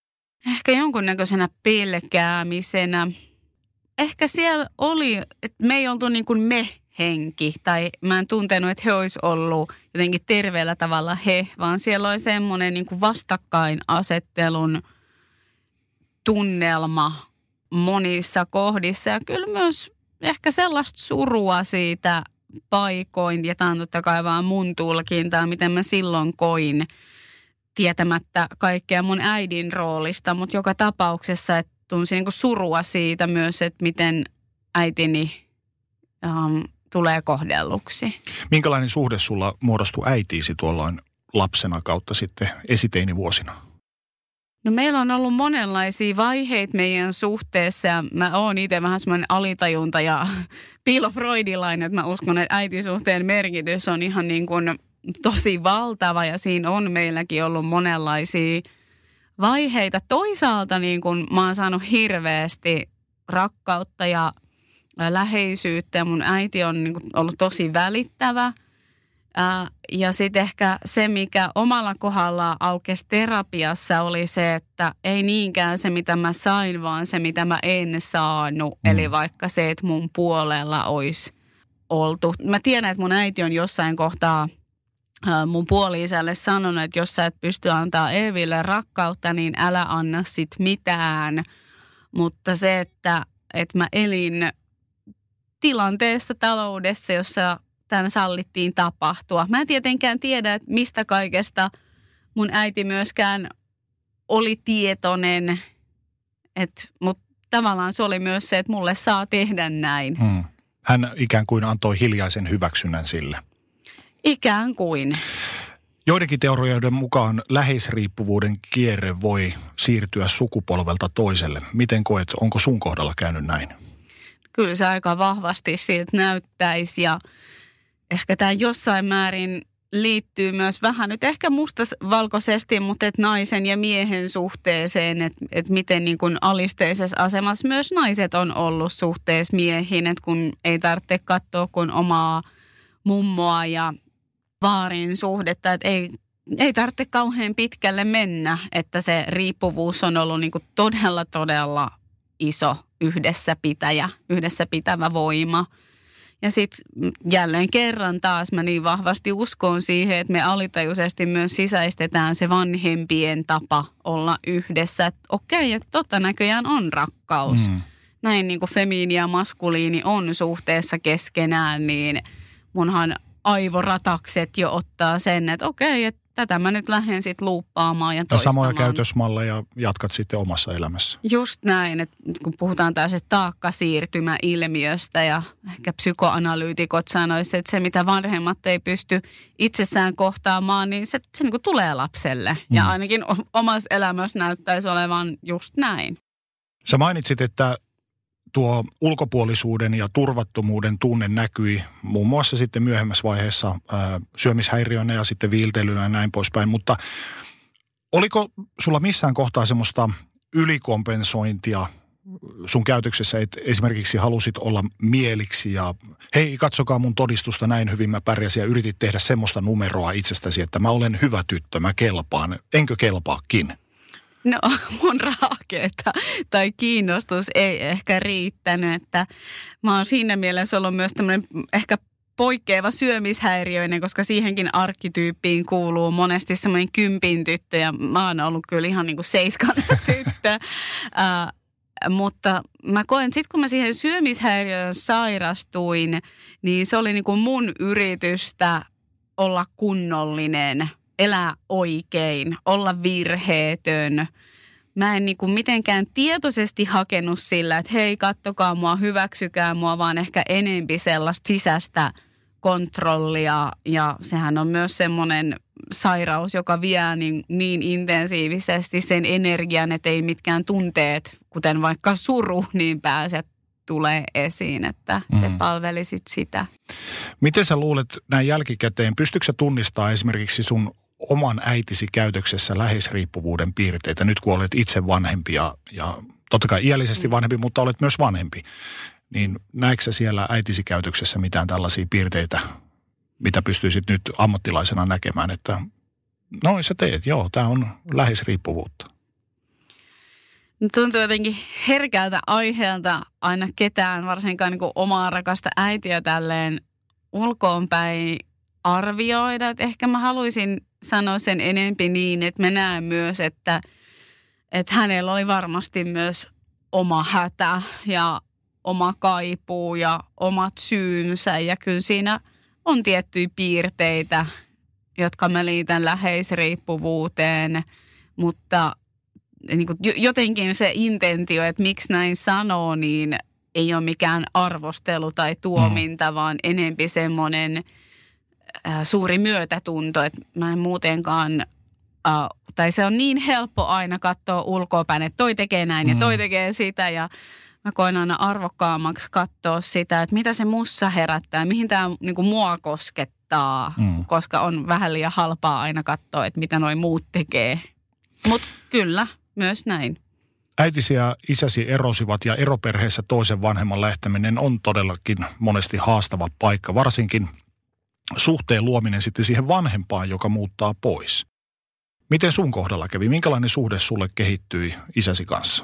ehkä jonkunnäköisenä pelkäämisenä. Ehkä siellä oli, että me ei oltu niin kuin me-henki, tai mä en tuntenut, että he olisi ollut jotenkin terveellä tavalla he, vaan siellä oli semmoinen niin kuin vastakkainasettelun tunnelma monissa kohdissa. Ja kyllä myös ehkä sellaista surua siitä paikoin, ja tämä on totta kai vaan mun tulkintaa, miten mä silloin koin, tietämättä kaikkea mun äidin roolista, mutta joka tapauksessa, että tunsin niin kuin surua siitä myös, että miten äitini um, tulee kohdelluksi. Minkälainen suhde sulla muodostui äitiisi tuolloin lapsena kautta sitten esiteinivuosina? No meillä on ollut monenlaisia vaiheita meidän suhteessa. Mä oon itse vähän semmoinen alitajunta ja piilofreudilainen, että mä uskon, että äitisuhteen merkitys on ihan niin kuin tosi valtava ja siinä on meilläkin ollut monenlaisia vaiheita. Toisaalta niin kun mä oon saanut hirveästi rakkautta ja läheisyyttä ja mun äiti on niin kun ollut tosi välittävä. Ja sitten ehkä se, mikä omalla kohdalla aukesi terapiassa oli se, että ei niinkään se, mitä mä sain, vaan se, mitä mä en saanut. Mm. Eli vaikka se, että mun puolella olisi oltu. Mä tiedän, että mun äiti on jossain kohtaa mun puoli-isälle sanonut, että jos sä et pysty antaa Eeville rakkautta, niin älä anna sit mitään. Mutta se, että, että mä elin tilanteessa taloudessa, jossa tämän sallittiin tapahtua. Mä en tietenkään tiedä, että mistä kaikesta mun äiti myöskään oli tietoinen, et, mutta tavallaan se oli myös se, että mulle saa tehdä näin. Hmm. Hän ikään kuin antoi hiljaisen hyväksynnän sille. Ikään kuin. Joidenkin teorioiden mukaan läheisriippuvuuden kierre voi siirtyä sukupolvelta toiselle. Miten koet, onko sun kohdalla käynyt näin? Kyllä se aika vahvasti siltä näyttäisi ja ehkä tämä jossain määrin liittyy myös vähän nyt ehkä mustavalkoisesti, mutta et naisen ja miehen suhteeseen, että et miten niin kun alisteisessa asemassa myös naiset on ollut suhteessa miehiin, että kun ei tarvitse katsoa kun omaa mummoa ja vaarin suhdetta, että ei, ei tarvitse kauhean pitkälle mennä, että se riippuvuus on ollut niin kuin todella, todella iso yhdessäpitäjä, yhdessäpitävä voima. Ja sitten jälleen kerran taas mä niin vahvasti uskon siihen, että me alitajuisesti myös sisäistetään se vanhempien tapa olla yhdessä. Että okei, että totta näköjään on rakkaus. Mm. Näin niin kuin femiini ja maskuliini on suhteessa keskenään, niin munhan aivoratakset jo ottaa sen, että okei, että tätä mä nyt lähden sitten luuppaamaan ja toistamaan. Ja samoja käytösmalleja jatkat sitten omassa elämässä. Just näin, että kun puhutaan tällaisesta taakkasiirtymäilmiöstä ja ehkä psykoanalyytikot sanoisivat, että se mitä vanhemmat ei pysty itsessään kohtaamaan, niin se, se niin kuin tulee lapselle. Mm. Ja ainakin omassa elämässä näyttäisi olevan just näin. Sä mainitsit, että tuo ulkopuolisuuden ja turvattomuuden tunne näkyi muun muassa sitten myöhemmässä vaiheessa ää, syömishäiriönä ja sitten viiltelynä ja näin poispäin. Mutta oliko sulla missään kohtaa semmoista ylikompensointia sun käytöksessä, että esimerkiksi halusit olla mieliksi ja hei, katsokaa mun todistusta, näin hyvin mä pärjäsin ja yritit tehdä semmoista numeroa itsestäsi, että mä olen hyvä tyttö, mä kelpaan. Enkö kelpaakin? No mun raakeeta tai kiinnostus ei ehkä riittänyt, että mä oon siinä mielessä ollut myös tämmöinen ehkä poikkeava syömishäiriöinen, koska siihenkin arkkityyppiin kuuluu monesti semmoinen kympin tyttö ja mä oon ollut kyllä ihan niin kuin seiskan tyttö. äh, mutta mä koen, sitten kun mä siihen syömishäiriöön sairastuin, niin se oli niin kuin mun yritystä olla kunnollinen, elää oikein, olla virheetön. Mä en niin kuin mitenkään tietoisesti hakenut sillä, että hei, kattokaa mua, hyväksykää mua, vaan ehkä enempi sellaista sisäistä kontrollia. Ja sehän on myös semmoinen sairaus, joka vie niin, niin intensiivisesti sen energian, että ei mitkään tunteet, kuten vaikka suru, niin pääse tulee esiin, että se mm. palvelisit sitä. Miten sä luulet näin jälkikäteen, pystytkö sä tunnistamaan esimerkiksi sun oman äitisi käytöksessä läheisriippuvuuden piirteitä, nyt kun olet itse vanhempi ja, ja totta kai iällisesti vanhempi, mutta olet myös vanhempi, niin näetkö sä siellä äitisi käytöksessä mitään tällaisia piirteitä, mitä pystyisit nyt ammattilaisena näkemään, että noin sä teet, joo, tämä on läheisriippuvuutta? Tuntuu jotenkin herkältä aiheelta aina ketään, varsinkaan niin kuin omaa rakasta äitiä tälleen ulkoonpäin arvioida. Et ehkä mä haluaisin sanoa sen enempi niin, että mä näen myös, että, että hänellä oli varmasti myös oma hätä ja oma kaipuu ja omat syynsä. Ja kyllä siinä on tiettyjä piirteitä, jotka mä liitän läheisriippuvuuteen, mutta niin kuin jotenkin se intentio, että miksi näin sanoo, niin ei ole mikään arvostelu tai tuominta, mm. vaan enempi semmoinen äh, suuri myötätunto, että mä en muutenkaan, äh, tai se on niin helppo aina katsoa ulkoapäin, että toi tekee näin mm. ja toi tekee sitä ja mä koen aina arvokkaammaksi katsoa sitä, että mitä se mussa herättää, mihin tämä niin kuin mua koskettaa, mm. koska on vähän liian halpaa aina katsoa, että mitä noi muut tekee. Mutta kyllä, myös näin. Äitisi ja isäsi erosivat ja eroperheessä toisen vanhemman lähteminen on todellakin monesti haastava paikka, varsinkin suhteen luominen sitten siihen vanhempaan, joka muuttaa pois. Miten sun kohdalla kävi? Minkälainen suhde sulle kehittyi isäsi kanssa?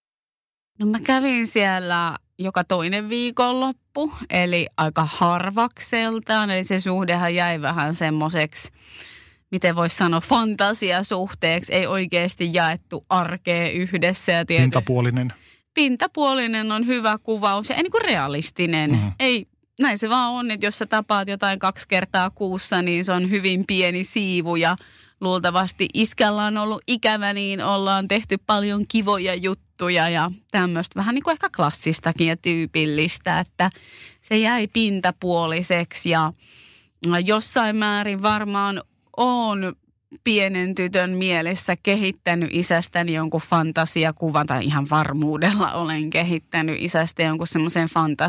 No mä kävin siellä joka toinen viikonloppu, eli aika harvakseltaan, eli se suhdehan jäi vähän semmoiseksi, miten voisi sanoa, fantasiasuhteeksi, ei oikeasti jaettu arkea yhdessä. Ja tiety, pintapuolinen? Pintapuolinen on hyvä kuvaus ja ei niin kuin realistinen. Mm-hmm. Ei, näin se vaan on, että jos sä tapaat jotain kaksi kertaa kuussa, niin se on hyvin pieni siivu ja luultavasti iskällä on ollut ikävä, niin ollaan tehty paljon kivoja juttuja ja tämmöistä vähän niin kuin ehkä klassistakin ja tyypillistä, että se jäi pintapuoliseksi ja jossain määrin varmaan on pienen tytön mielessä kehittänyt isästäni jonkun fantasiakuvan, tai ihan varmuudella olen kehittänyt isästä jonkun semmoisen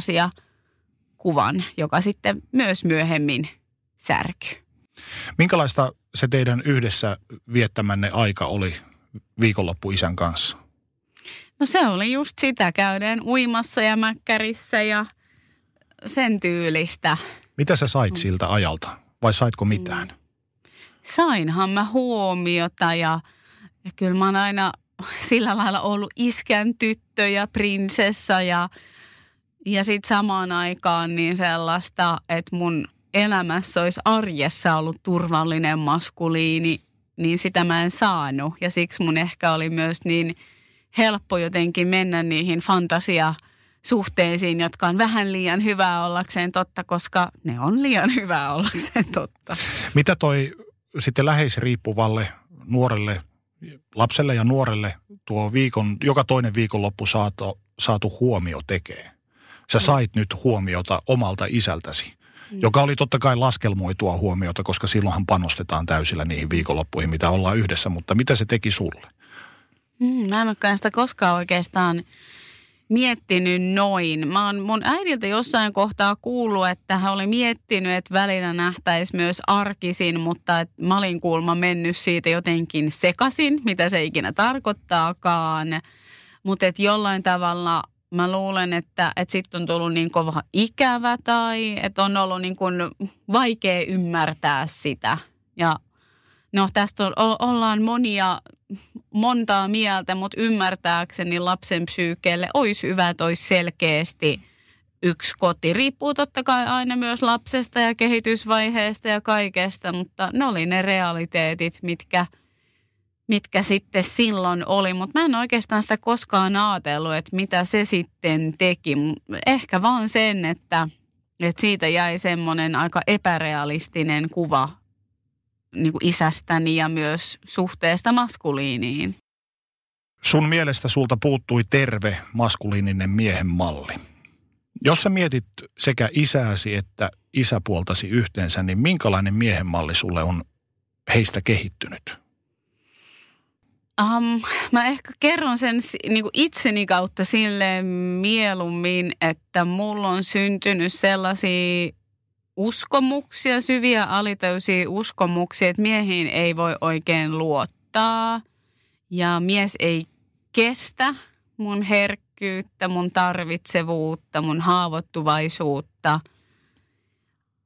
fantasiakuvan, joka sitten myös myöhemmin särkyy. Minkälaista se teidän yhdessä viettämänne aika oli viikonloppu isän kanssa? No se oli just sitä, käydään uimassa ja mäkkärissä ja sen tyylistä. Mitä sä sait siltä ajalta vai saitko mitään? Sainhan mä huomiota ja, ja kyllä mä oon aina sillä lailla ollut iskän tyttö ja prinsessa ja, ja sitten samaan aikaan niin sellaista, että mun elämässä olisi arjessa ollut turvallinen maskuliini, niin sitä mä en saanut. Ja siksi mun ehkä oli myös niin helppo jotenkin mennä niihin fantasiasuhteisiin, jotka on vähän liian hyvää ollakseen totta, koska ne on liian hyvää ollakseen totta. Mitä toi sitten läheisriippuvalle nuorelle, lapselle ja nuorelle tuo viikon, joka toinen viikonloppu saatu, saatu huomio tekee? Sä sait nyt huomiota omalta isältäsi, mm. joka oli totta kai laskelmoitua huomiota, koska silloinhan panostetaan täysillä niihin viikonloppuihin, mitä ollaan yhdessä, mutta mitä se teki sulle? Mm, mä en olekaan sitä koskaan oikeastaan miettinyt noin. Mä oon mun äidiltä jossain kohtaa kuullut, että hän oli miettinyt, että välillä nähtäisi myös arkisin, mutta et mä olin kuulma mennyt siitä jotenkin sekaisin, mitä se ikinä tarkoittaakaan. Mutta et jollain tavalla mä luulen, että et sitten on tullut niin kova ikävä tai että on ollut niin kuin vaikea ymmärtää sitä. Ja no tästä o- ollaan monia, montaa mieltä, mutta ymmärtääkseni lapsen psyykeelle olisi hyvä, että olisi selkeästi yksi koti. Riippuu totta kai aina myös lapsesta ja kehitysvaiheesta ja kaikesta, mutta ne oli ne realiteetit, mitkä, mitkä sitten silloin oli. Mutta mä en oikeastaan sitä koskaan ajatellut, että mitä se sitten teki. Ehkä vaan sen, että, että siitä jäi semmoinen aika epärealistinen kuva niin kuin isästäni ja myös suhteesta maskuliiniin. Sun mielestä sulta puuttui terve maskuliininen miehen malli. Jos sä mietit sekä isääsi että isäpuoltasi yhteensä, niin minkälainen miehen malli sulle on heistä kehittynyt? Um, mä ehkä kerron sen niin kuin itseni kautta silleen mieluummin, että mulla on syntynyt sellaisia uskomuksia, syviä alitäysiä uskomuksia, että miehiin ei voi oikein luottaa ja mies ei kestä mun herkkyyttä, mun tarvitsevuutta, mun haavoittuvaisuutta.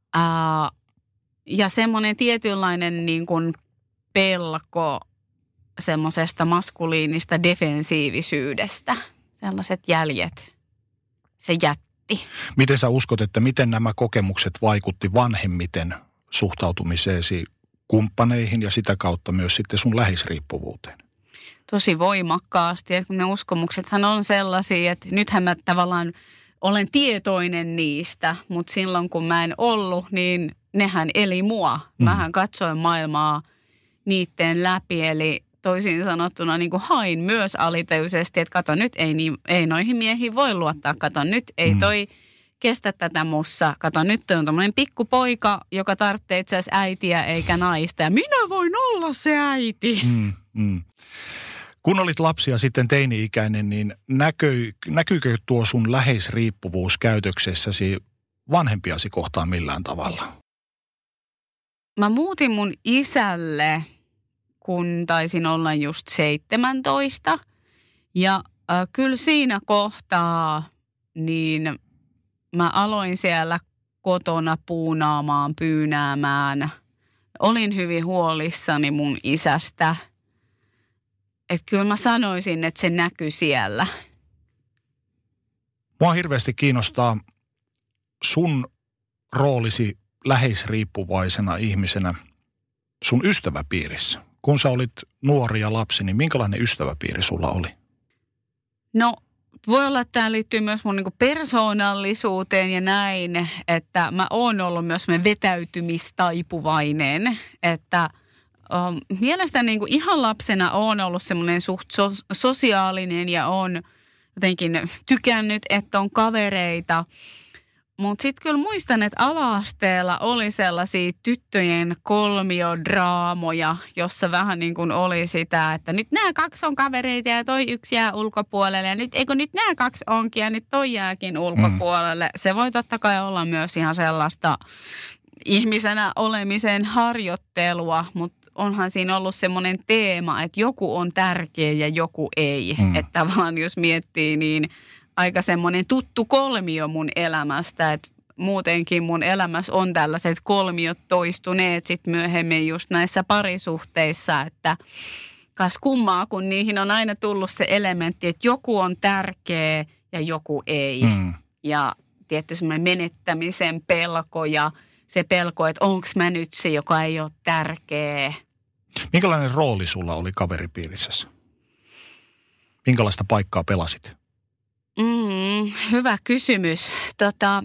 Ää, ja semmoinen tietynlainen niin kuin pelko semmoisesta maskuliinista defensiivisyydestä. Sellaiset jäljet. Se jätti. Miten sä uskot, että miten nämä kokemukset vaikutti vanhemmiten suhtautumiseesi kumppaneihin ja sitä kautta myös sitten sun lähisriippuvuuteen? Tosi voimakkaasti. Että ne uskomuksethan on sellaisia, että nythän mä tavallaan olen tietoinen niistä, mutta silloin kun mä en ollut, niin nehän eli mua. Mähän katsoin maailmaa niitten läpi, eli toisin sanottuna niin kuin hain myös alitajuisesti, että kato nyt ei, niin, ei noihin miehiin voi luottaa, kato nyt ei toi kestä tätä mussa, kato nyt on tommoinen pikkupoika, joka tarvitsee itse asiassa äitiä eikä naista ja minä voin olla se äiti. Mm, mm. Kun olit lapsi ja sitten teini-ikäinen, niin näkö, näkyykö tuo sun läheisriippuvuus käytöksessäsi vanhempiasi kohtaan millään tavalla? Mä muutin mun isälle, kun taisin olla just seitsemäntoista. Ja äh, kyllä siinä kohtaa, niin mä aloin siellä kotona puunaamaan, pyynäämään. Olin hyvin huolissani mun isästä. Että kyllä mä sanoisin, että se näkyi siellä. Mua hirveästi kiinnostaa sun roolisi läheisriippuvaisena ihmisenä sun ystäväpiirissä. Kun sä olit nuori ja lapsi, niin minkälainen ystäväpiiri sulla oli? No, voi olla, että tämä liittyy myös mun niinku persoonallisuuteen ja näin, että mä oon ollut myös me vetäytymistaipuvainen, että um, mielestäni niinku ihan lapsena oon ollut semmoinen suht so- sosiaalinen ja oon jotenkin tykännyt, että on kavereita. Mutta sitten kyllä muistan, että ala-asteella oli sellaisia tyttöjen kolmiodraamoja, jossa vähän niin kuin oli sitä, että nyt nämä kaksi on kavereita ja toi yksi jää ulkopuolelle. Ja nyt, eikö nyt nämä kaksi onkin ja nyt toi jääkin ulkopuolelle. Mm. Se voi totta kai olla myös ihan sellaista ihmisenä olemisen harjoittelua, mutta onhan siinä ollut semmoinen teema, että joku on tärkeä ja joku ei. Mm. Että tavallaan jos miettii, niin aika semmoinen tuttu kolmio mun elämästä, että muutenkin mun elämässä on tällaiset kolmiot toistuneet sitten myöhemmin just näissä parisuhteissa, että kas kummaa, kun niihin on aina tullut se elementti, että joku on tärkeä ja joku ei. Mm. Ja tietty semmoinen menettämisen pelko ja se pelko, että onko mä nyt se, joka ei ole tärkeä. Minkälainen rooli sulla oli kaveripiirissäsi? Minkälaista paikkaa pelasit? Mm, hyvä kysymys. Tota,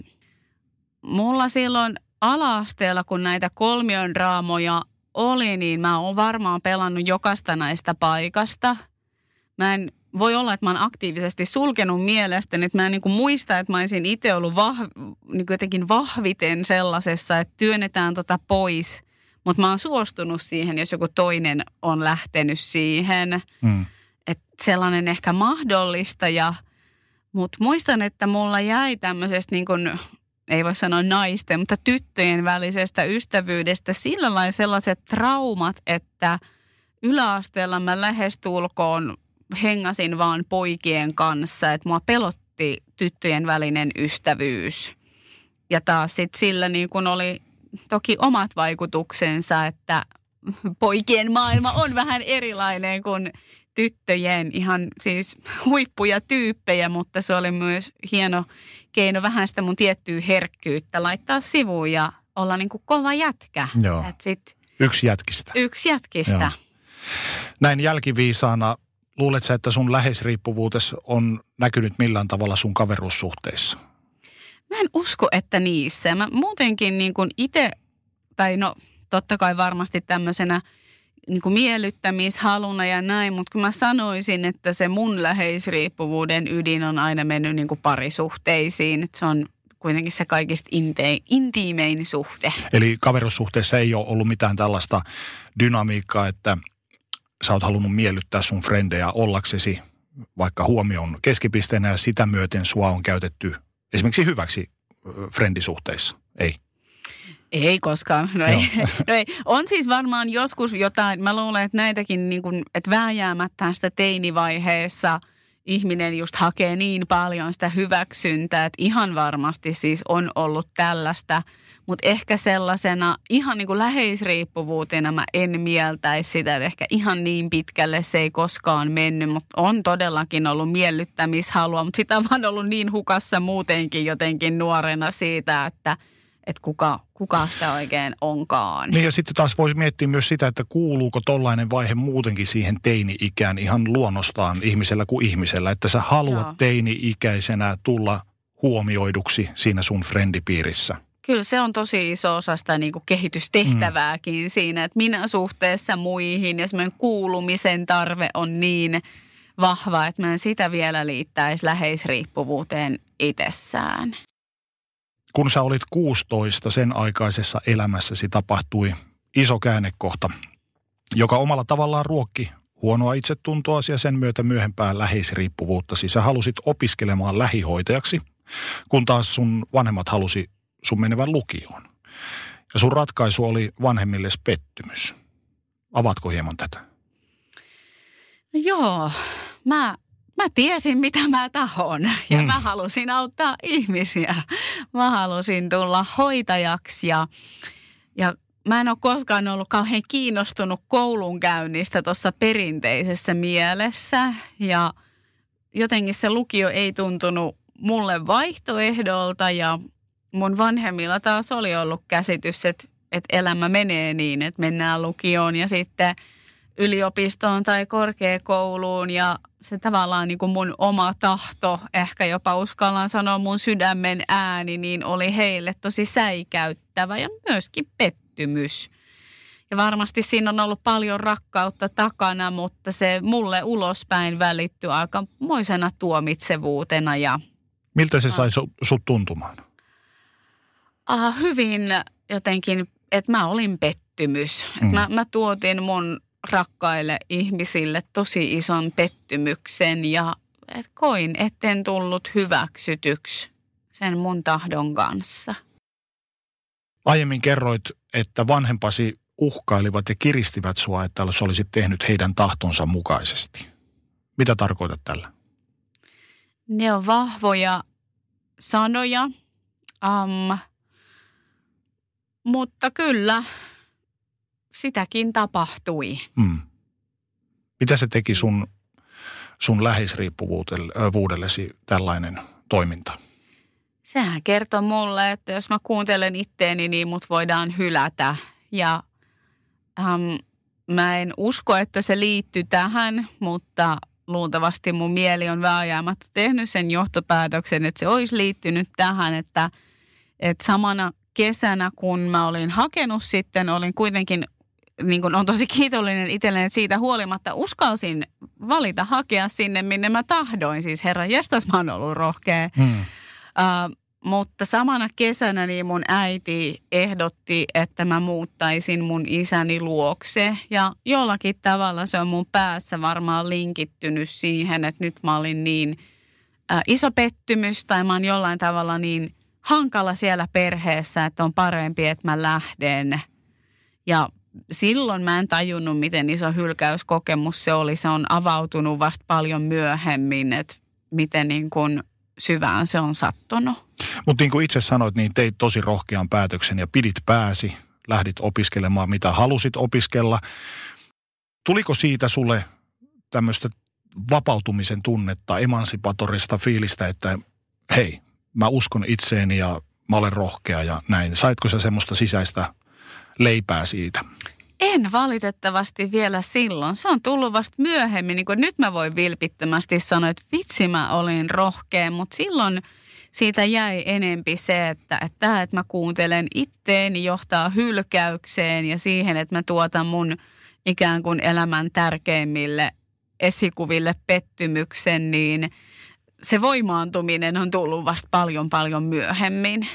mulla silloin ala-asteella, kun näitä kolmion draamoja oli, niin mä oon varmaan pelannut jokaista näistä paikasta. Mä en voi olla, että mä oon aktiivisesti sulkenut mielestäni, että mä en niin kuin muista, että mä olisin itse ollut vah, niin kuin jotenkin vahviten sellaisessa, että työnnetään tota pois. Mutta mä oon suostunut siihen, jos joku toinen on lähtenyt siihen. Mm. Että sellainen ehkä mahdollista ja mutta muistan, että mulla jäi tämmöisestä niin kuin, ei voi sanoa naisten, mutta tyttöjen välisestä ystävyydestä sillä lailla sellaiset traumat, että yläasteella mä lähestulkoon hengasin vaan poikien kanssa, että mua pelotti tyttöjen välinen ystävyys. Ja taas sitten sillä niin kuin oli toki omat vaikutuksensa, että poikien maailma on vähän erilainen kuin tyttöjen, ihan siis huippuja tyyppejä, mutta se oli myös hieno keino vähän sitä mun tiettyä herkkyyttä laittaa sivuun ja olla niin kuin kova jätkä. Joo. Et sit yksi jätkistä. Yksi jätkistä. Joo. Näin jälkiviisaana, luuletko sä, että sun läheisriippuvuutesi on näkynyt millään tavalla sun kaveruussuhteissa? Mä en usko, että niissä. Mä muutenkin niin kuin itse, tai no totta kai varmasti tämmöisenä niin kuin miellyttämishaluna ja näin, mutta kun mä sanoisin, että se mun läheisriippuvuuden ydin on aina mennyt niin kuin parisuhteisiin, että se on kuitenkin se kaikista inte- intiimein suhde. Eli kaverussuhteessa ei ole ollut mitään tällaista dynamiikkaa, että sä oot halunnut miellyttää sun frendejä ollaksesi vaikka huomion keskipisteenä ja sitä myöten sua on käytetty esimerkiksi hyväksi frendisuhteissa, ei? Ei koskaan. No ei. no ei. On siis varmaan joskus jotain, mä luulen, että näitäkin niin kuin, että vääjäämättä sitä teinivaiheessa ihminen just hakee niin paljon sitä hyväksyntää, että ihan varmasti siis on ollut tällaista. Mutta ehkä sellaisena ihan niin kuin läheisriippuvuutena mä en mieltäisi sitä, että ehkä ihan niin pitkälle se ei koskaan mennyt, mutta on todellakin ollut miellyttämishalua, mutta sitä on vaan ollut niin hukassa muutenkin jotenkin nuorena siitä, että että kuka, kuka sitä oikein onkaan. Niin ja sitten taas voisi miettiä myös sitä, että kuuluuko tollainen vaihe muutenkin siihen teini-ikään ihan luonnostaan ihmisellä kuin ihmisellä. Että sä haluat Joo. teini-ikäisenä tulla huomioiduksi siinä sun frendipiirissä. Kyllä se on tosi iso osa sitä niin kuin kehitystehtävääkin mm. siinä, että minä suhteessa muihin ja semmoinen kuulumisen tarve on niin vahva, että mä en sitä vielä liittäisi läheisriippuvuuteen itsessään. Kun sä olit kuusitoista, sen aikaisessa elämässäsi tapahtui iso käännekohta, joka omalla tavallaan ruokki huonoa itsetuntoasi ja sen myötä myöhempää läheisriippuvuuttasi. Sä halusit opiskelemaan lähihoitajaksi, kun taas sun vanhemmat halusi sun menevän lukioon. Ja sun ratkaisu oli vanhemmilles pettymys. Avaatko hieman tätä? No joo, mä... Mä tiesin, mitä mä tahon ja mm. mä halusin auttaa ihmisiä. Mä halusin tulla hoitajaksi ja, ja mä en ole koskaan ollut kauhean kiinnostunut koulunkäynnistä tuossa perinteisessä mielessä. Ja jotenkin se lukio ei tuntunut mulle vaihtoehdolta ja mun vanhemmilla taas oli ollut käsitys, että, että elämä menee niin, että mennään lukioon ja sitten yliopistoon tai korkeakouluun ja se tavallaan niin kuin mun oma tahto, ehkä jopa uskallan sanoa mun sydämen ääni, niin oli heille tosi säikäyttävä ja myöskin pettymys. Ja varmasti siinä on ollut paljon rakkautta takana, mutta se mulle ulospäin välittyi aikamoisena tuomitsevuutena. Ja miltä se sai sut tuntumaan? Ah, hyvin jotenkin, että mä olin pettymys. Mm. Mä, mä tuotin mun rakkaille ihmisille tosi ison pettymyksen ja et koin, etten tullut hyväksytyksi sen mun tahdon kanssa. Aiemmin kerroit, että vanhempasi uhkailivat ja kiristivät sua, että sä olisit tehnyt heidän tahtonsa mukaisesti. Mitä tarkoitat tällä? Ne on vahvoja sanoja, um, mutta kyllä sitäkin tapahtui. Hmm. Mitä se teki sun, sun läheisriippuvuudellesi tällainen toiminta? Sehän kertoi mulle, että jos mä kuuntelen itteeni, niin mut voidaan hylätä. Ja ähm, mä en usko, että se liittyy tähän, mutta luultavasti mun mieli on vääjäämättä tehnyt sen johtopäätöksen, että se olisi liittynyt tähän, että, että samana kesänä, kun mä olin hakenut sitten, olin kuitenkin, niin kuin on tosi kiitollinen itselleni, että siitä huolimatta uskalsin valita hakea sinne, minne mä tahdoin. Siis herran jestas, mä oon ollut rohkea. Hmm. Uh, mutta samana kesänä niin mun äiti ehdotti, että mä muuttaisin mun isäni luokse. Ja jollakin tavalla se on mun päässä varmaan linkittynyt siihen, että nyt mä olin niin uh, iso pettymys tai mä oon jollain tavalla niin hankala siellä perheessä, että on parempi, että mä lähden. Ja silloin mä en tajunnut, miten iso hylkäyskokemus se oli. Se on avautunut vasta paljon myöhemmin, että miten niin kuin syvään se on sattunut. Mutta niin kuin itse sanoit, niin teit tosi rohkean päätöksen ja pidit pääsi. Lähdit opiskelemaan, mitä halusit opiskella. Tuliko siitä sulle tämmöistä vapautumisen tunnetta, emansipatorista fiilistä, että hei, mä uskon itseeni ja mä olen rohkea ja näin. Saitko sä semmoista sisäistä leipää siitä? En valitettavasti vielä silloin. Se on tullut vasta myöhemmin. Niin kuin nyt mä voin vilpittömästi sanoa, että vitsi mä olin rohkea, mutta silloin siitä jäi enempi se, että, että tämä, että mä kuuntelen itteeni, johtaa hylkäykseen ja siihen, että mä tuotan mun ikään kuin elämän tärkeimmille esikuville pettymyksen, niin se voimaantuminen on tullut vasta paljon paljon myöhemmin.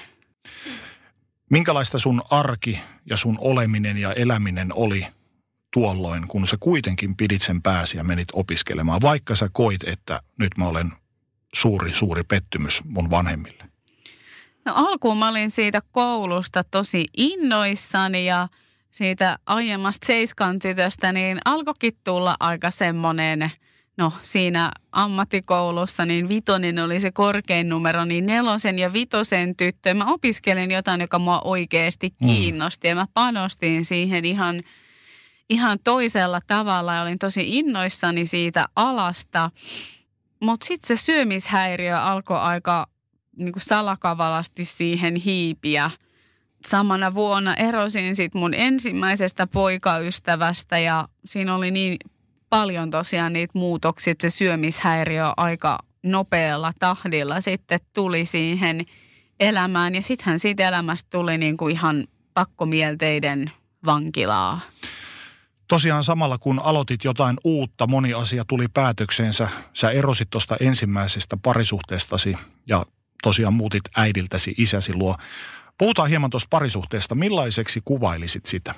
Minkälaista sun arki ja sun oleminen ja eläminen oli tuolloin, kun sä kuitenkin pidit sen pääsi ja menit opiskelemaan, vaikka sä koit, että nyt mä olen suuri, suuri pettymys mun vanhemmille? No alkuun mä olin siitä koulusta tosi innoissani ja siitä aiemmasta seiskan tytöstä, niin alkoikin tulla aika semmoinen no siinä ammattikoulussa, niin vitonen oli se korkein numero, niin nelosen ja vitosen tyttö. Mä opiskelin jotain, joka mua oikeasti kiinnosti mm. ja mä panostin siihen ihan, ihan toisella tavalla ja olin tosi innoissani siitä alasta. Mutta sitten se syömishäiriö alkoi aika niin kuin salakavalasti siihen hiipiä. Samana vuonna erosin sitten mun ensimmäisestä poikaystävästä ja siinä oli niin paljon tosiaan niitä muutoksia, että se syömishäiriö aika nopealla tahdilla sitten tuli siihen elämään. Ja sittenhän siitä elämästä tuli niin kuin ihan pakkomielteiden vankilaa. Tosiaan samalla kun aloitit jotain uutta, moni asia tuli päätökseensä. Sä erosit tuosta ensimmäisestä parisuhteestasi ja tosiaan muutit äidiltäsi isäsi luo. Puhutaan hieman tuosta parisuhteesta. Millaiseksi kuvailisit sitä?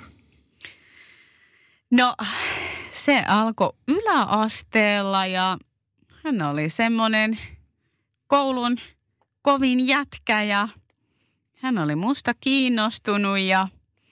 No se alkoi yläasteella ja hän oli semmoinen koulun kovin jätkä ja hän oli musta kiinnostunut ja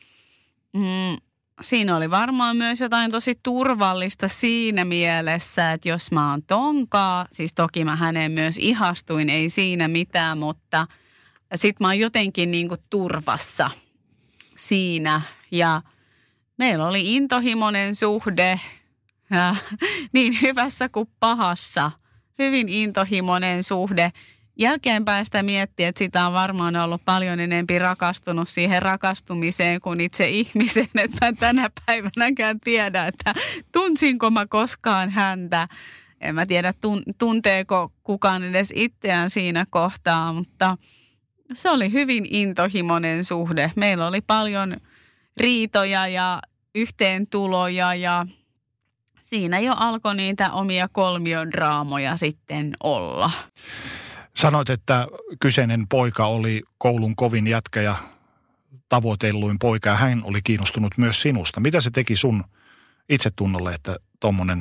mm, siinä oli varmaan myös jotain tosi turvallista siinä mielessä, että jos mä oon tonkaa, siis toki mä häneen myös ihastuin, ei siinä mitään, mutta sit mä oon jotenkin niinku turvassa siinä ja meillä oli intohimoinen suhde, ja, niin hyvässä kuin pahassa, hyvin intohimoinen suhde. Jälkeenpäin sitä miettii, että sitä on varmaan ollut paljon enempi rakastunut siihen rakastumiseen kuin itse ihmisen. Että mä tänä päivänäkään tiedä, että tunsinko mä koskaan häntä. En mä tiedä, tunteeko kukaan edes itseään siinä kohtaa, mutta se oli hyvin intohimoinen suhde. Meillä oli paljon riitoja ja yhteentuloja ja siinä jo alkoi niitä omia kolmiodraamoja sitten olla. Sanoit, että kyseinen poika oli koulun kovin jätkä ja tavoitelluin poika ja hän oli kiinnostunut myös sinusta. Mitä se teki sun itsetunnolle, että tuommoinen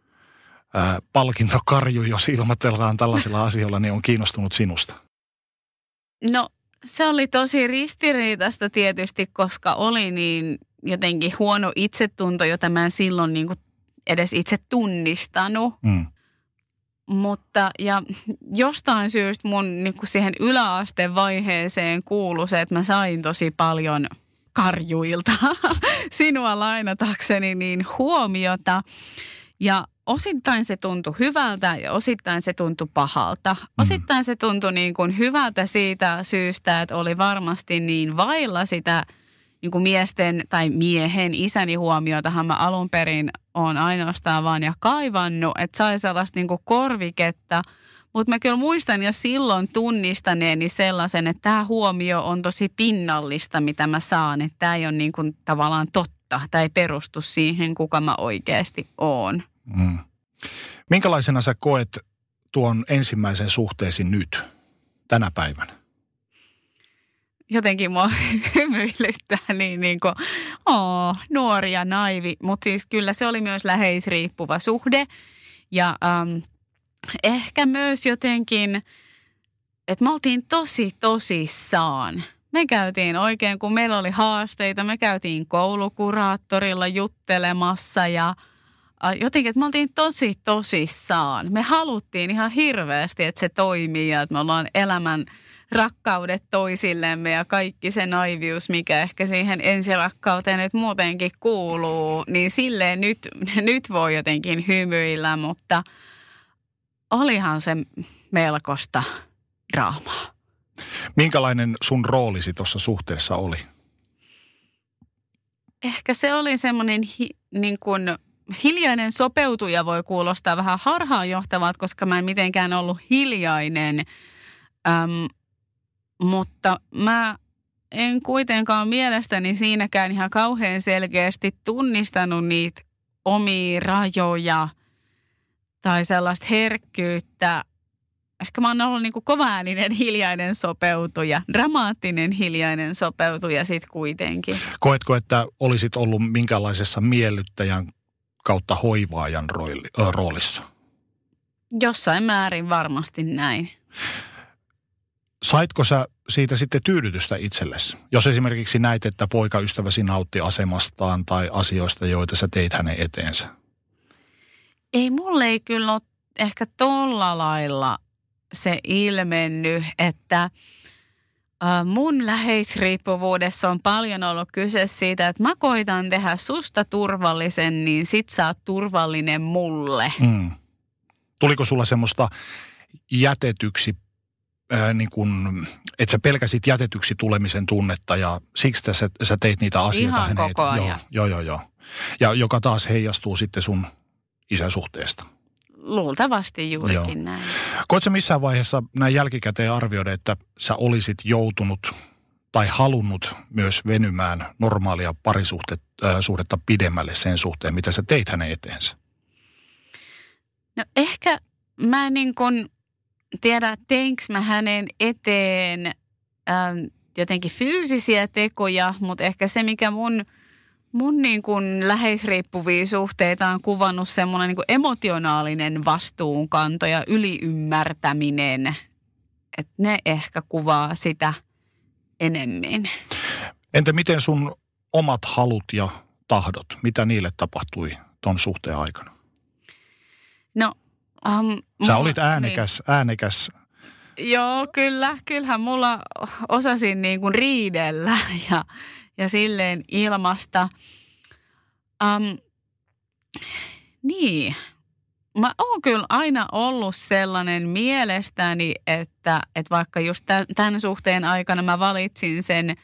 palkintokarju, jos ilmoitellaan tällaisilla asioilla, niin on kiinnostunut sinusta? No se oli tosi ristiriitaista tietysti, koska oli niin jotenkin huono itsetunto, jota mä en silloin niin kuin edes itse tunnistanut. Mm. Mutta ja jostain syystä mun niin kuin siihen yläasteen vaiheeseen kuului se, että mä sain tosi paljon karjuilta sinua lainatakseni niin huomiota. Ja osittain se tuntui hyvältä ja osittain se tuntui pahalta. Osittain se tuntui niin kuin hyvältä siitä syystä, että oli varmasti niin vailla sitä niin kuin miesten tai miehen isäni huomiotahan mä alun perin olen ainoastaan vaan ja kaivannut, että sai sellaista niin kuin korviketta. Mutta mä kyllä muistan jo silloin tunnistaneeni sellaisen, että tämä huomio on tosi pinnallista, mitä mä saan. Että tämä ei ole niin kuin tavallaan totta, tämä ei perustu siihen, kuka mä oikeasti oon. Mm. Minkälaisena sä koet tuon ensimmäisen suhteesi nyt, tänä päivänä? Jotenkin mua hymyilyttää niin, niin kuin, oo, nuori ja naivi, mutta siis kyllä se oli myös läheisriippuva suhde. Ja ähm, ehkä myös jotenkin, että me oltiin tosi tosissaan. Me käytiin oikein, kun meillä oli haasteita, me käytiin koulukuraattorilla juttelemassa ja jotenkin, että me oltiin tosi tosissaan. Me haluttiin ihan hirveästi, että se toimii ja että me ollaan elämän rakkaudet toisillemme ja kaikki se naivius, mikä ehkä siihen ensirakkauteen nyt muutenkin kuuluu, niin silleen nyt, nyt voi jotenkin hymyillä, mutta olihan se melkoista draamaa. Minkälainen sun roolisi tuossa suhteessa oli? Ehkä se oli semmoinen hi, niin kuin hiljainen sopeutuja, voi kuulostaa vähän harhaanjohtavalta, koska mä en mitenkään ollut hiljainen. Öm, Mutta mä en kuitenkaan mielestäni siinäkään ihan kauhean selkeästi tunnistanut niitä omia rajoja tai sellaista herkkyyttä. Ehkä mä oon ollut niin kuin kovaääninen hiljainen sopeutuja, dramaattinen hiljainen sopeutuja sit kuitenkin. Koetko, että olisit ollut minkälaisessa miellyttäjän kautta hoivaajan roolissa? Jossain määrin varmasti näin. Saitko sä siitä sitten tyydytystä itsellesi? Jos esimerkiksi näit, että poikaystäväsi nautti asemastaan tai asioista, joita sä teit hänen eteensä? Ei, mulle ei kyllä ole ehkä tolla lailla se ilmennyt, että mun läheisriippuvuudessa on paljon ollut kyse siitä, että mä koitan tehdä susta turvallisen, niin sit sä oot turvallinen mulle. Mm. Tuliko sulla semmoista jätetyksi, ää, niin kun, että sä pelkäsit jätetyksi tulemisen tunnetta ja siksi sä, sä teit niitä asioita Ihan hänet. koko ajan. Joo, joo, joo. Ja joka taas heijastuu sitten sun isän suhteesta. Luultavasti juurikin Joo. näin. Koetko sä missään vaiheessa näin jälkikäteen arvioida, että sä olisit joutunut tai halunnut myös venymään normaalia parisuhdetta pidemmälle sen suhteen, mitä sä teit hänen eteensä? No ehkä mä niin kuin tiedä, teinkö mä hänen eteen ähm, jotenkin fyysisiä tekoja, mutta ehkä se, mikä mun, mun niin kuin läheisriippuvia suhteita on kuvannut semmoinen niin kuin emotionaalinen vastuunkanto ja yliymmärtäminen, että ne ehkä kuvaa sitä enemmän. Entä miten sun omat halut ja tahdot, mitä niille tapahtui ton suhteen aikana? No, um, Sä olit äänekäs, niin. äänekäs. Joo, kyllä. Kyllähän mulla osasin niin kuin riidellä ja, ja silleen ilmasta. Um, niin, mä oon kyllä aina ollut sellainen mielestäni, että, että vaikka just tämän suhteen aikana mä valitsin sen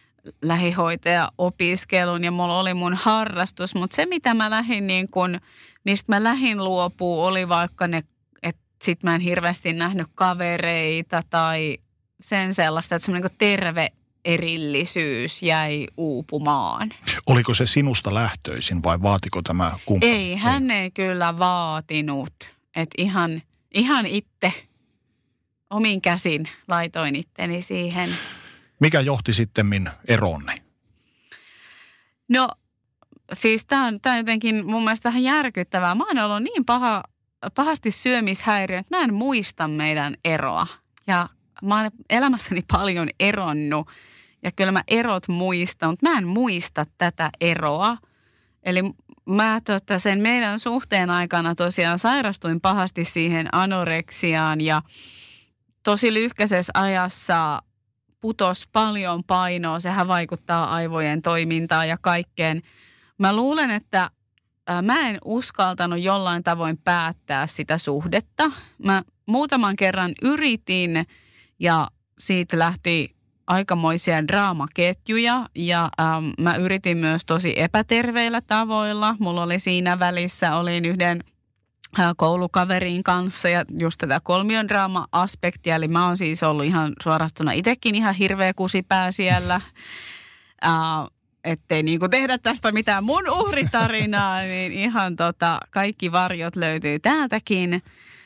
lähihoitaja-opiskelun ja mulla oli mun harrastus, mutta se mitä mä lähdin niin kun, mistä mä lähdin luopuu oli vaikka ne, että sit mä en hirveästi nähnyt kavereita tai sen sellaista, että semmoinen niin terve erillisyys jäi uupumaan. Oliko se sinusta lähtöisin vai vaatiko tämä kumppani? Ei, hän ei kyllä vaatinut, että ihan, ihan itse omin käsin laitoin itteni siihen. Mikä johti sittemmin eroonne? No siis tämä on, on jotenkin mun mielestä vähän järkyttävää. Mä oon ollut niin paha, pahasti syömishäiriö, että mä en muista meidän eroa. Ja mä oon elämässäni paljon eronnut ja kyllä mä erot muistan, mutta mä en muista tätä eroa. Eli mä tota, sen meidän suhteen aikana tosiaan sairastuin pahasti siihen anoreksiaan ja tosi lyhkäisessä ajassa putos paljon painoa. Sehän vaikuttaa aivojen toimintaan ja kaikkeen. Mä luulen, että mä en uskaltanut jollain tavoin päättää sitä suhdetta. Mä muutaman kerran yritin ja siitä lähti aikamoisia draamaketjuja ja ähm, mä yritin myös tosi epäterveillä tavoilla. Mulla oli siinä välissä, olin yhden äh, koulukaverin kanssa ja just tätä kolmion draama-aspektia. Eli mä oon siis ollut ihan suorastuna itsekin ihan hirveä kusipää siellä. Äh, ettei niinku tehdä tästä mitään mun uhritarinaa, niin ihan tota, kaikki varjot löytyy täältäkin.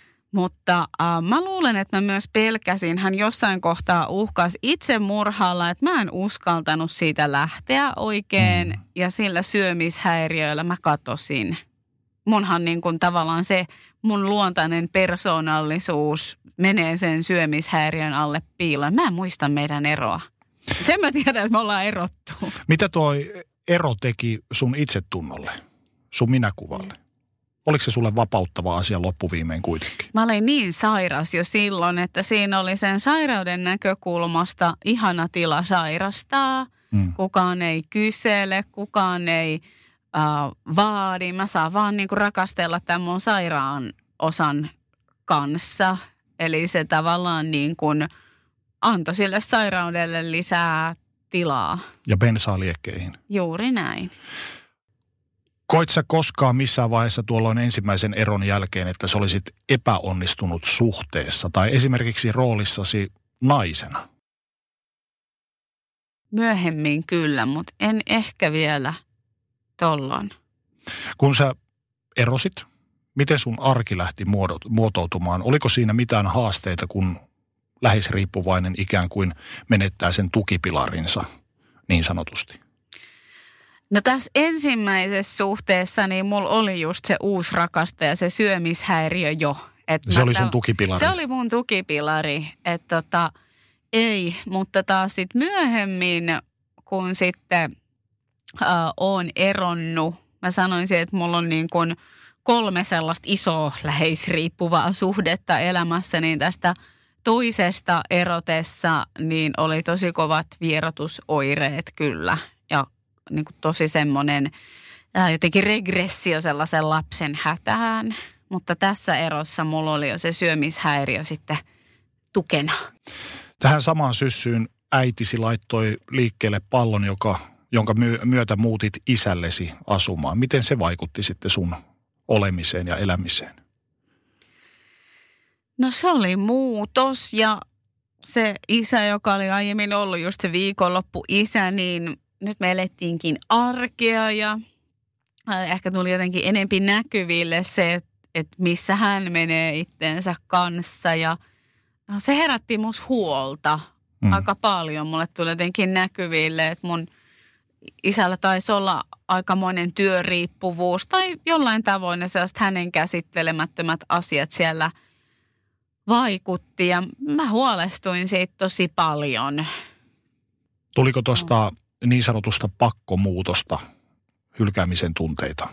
Mutta äh, mä luulen, että mä myös pelkäsin, hän jossain kohtaa uhkasi itsemurhalla, että mä en uskaltanut siitä lähteä oikein mm. ja sillä syömishäiriöillä mä katosin. Munhan niin kuin tavallaan se mun luontainen persoonallisuus menee sen syömishäiriön alle piiloon. Mä en muista meidän eroa. Sen mä tiedän, että me ollaan erottu. Mitä tuo ero teki sun itsetunnolle, sun minäkuvalle? Oliko se sulle vapauttava asia loppuviimein kuitenkin? Mä olin niin sairas jo silloin, että siinä oli sen sairauden näkökulmasta ihana tila sairastaa. Mm. Kukaan ei kysele, kukaan ei äh, vaadi. Mä saan vaan niinku rakastella tämän mun sairaan osan kanssa. Eli se tavallaan niin kuin antoi sille sairaudelle lisää tilaa. Ja bensaa liekkeihin. Juuri näin. Koit sä koskaan missään vaiheessa tuolloin ensimmäisen eron jälkeen, että sä olisit epäonnistunut suhteessa tai esimerkiksi roolissasi naisena? Myöhemmin kyllä, mutta en ehkä vielä tollon. Kun sä erosit, miten sun arki lähti muotoutumaan? Oliko siinä mitään haasteita, kun läheisriippuvainen ikään kuin menettää sen tukipilarinsa niin sanotusti? No tässä ensimmäisessä suhteessa niin mulla oli just se uusi rakastaja, se syömishäiriö jo. Että se oli sun tukipilari? Se oli mun tukipilari, että tota, ei, mutta taas sitten myöhemmin, kun sitten äh, oon eronnut, mä sanoisin, että mulla on niin kuin kolme sellaista isoa läheisriippuvaa suhdetta elämässä, niin tästä toisesta erotessa niin oli tosi kovat vierotusoireet kyllä. Ja niin kuin tosi semmoinen ää, jotenkin regressio sellaisen lapsen hätään. Mutta tässä erossa mulla oli jo se syömishäiriö sitten tukena. Tähän samaan syssyyn äitisi laittoi liikkeelle pallon, joka, jonka myötä muutit isällesi asumaan. Miten se vaikutti sitten sun olemiseen ja elämiseen? No se oli muutos ja se isä, joka oli aiemmin ollut just se viikonloppu-isä, niin nyt me elettiinkin arkea ja ehkä tuli jotenkin enempi näkyville se, että että missä hän menee itteensä kanssa ja se herätti musta huolta mm. aika paljon. Mulle tuli jotenkin näkyville, että mun isällä taisi olla aikamoinen työriippuvuus tai jollain tavoin ne sellaiset hänen käsittelemättömät asiat siellä vaikutti ja mä huolestuin siitä tosi paljon. Tuliko tuosta niin sanotusta pakkomuutosta hylkäämisen tunteita?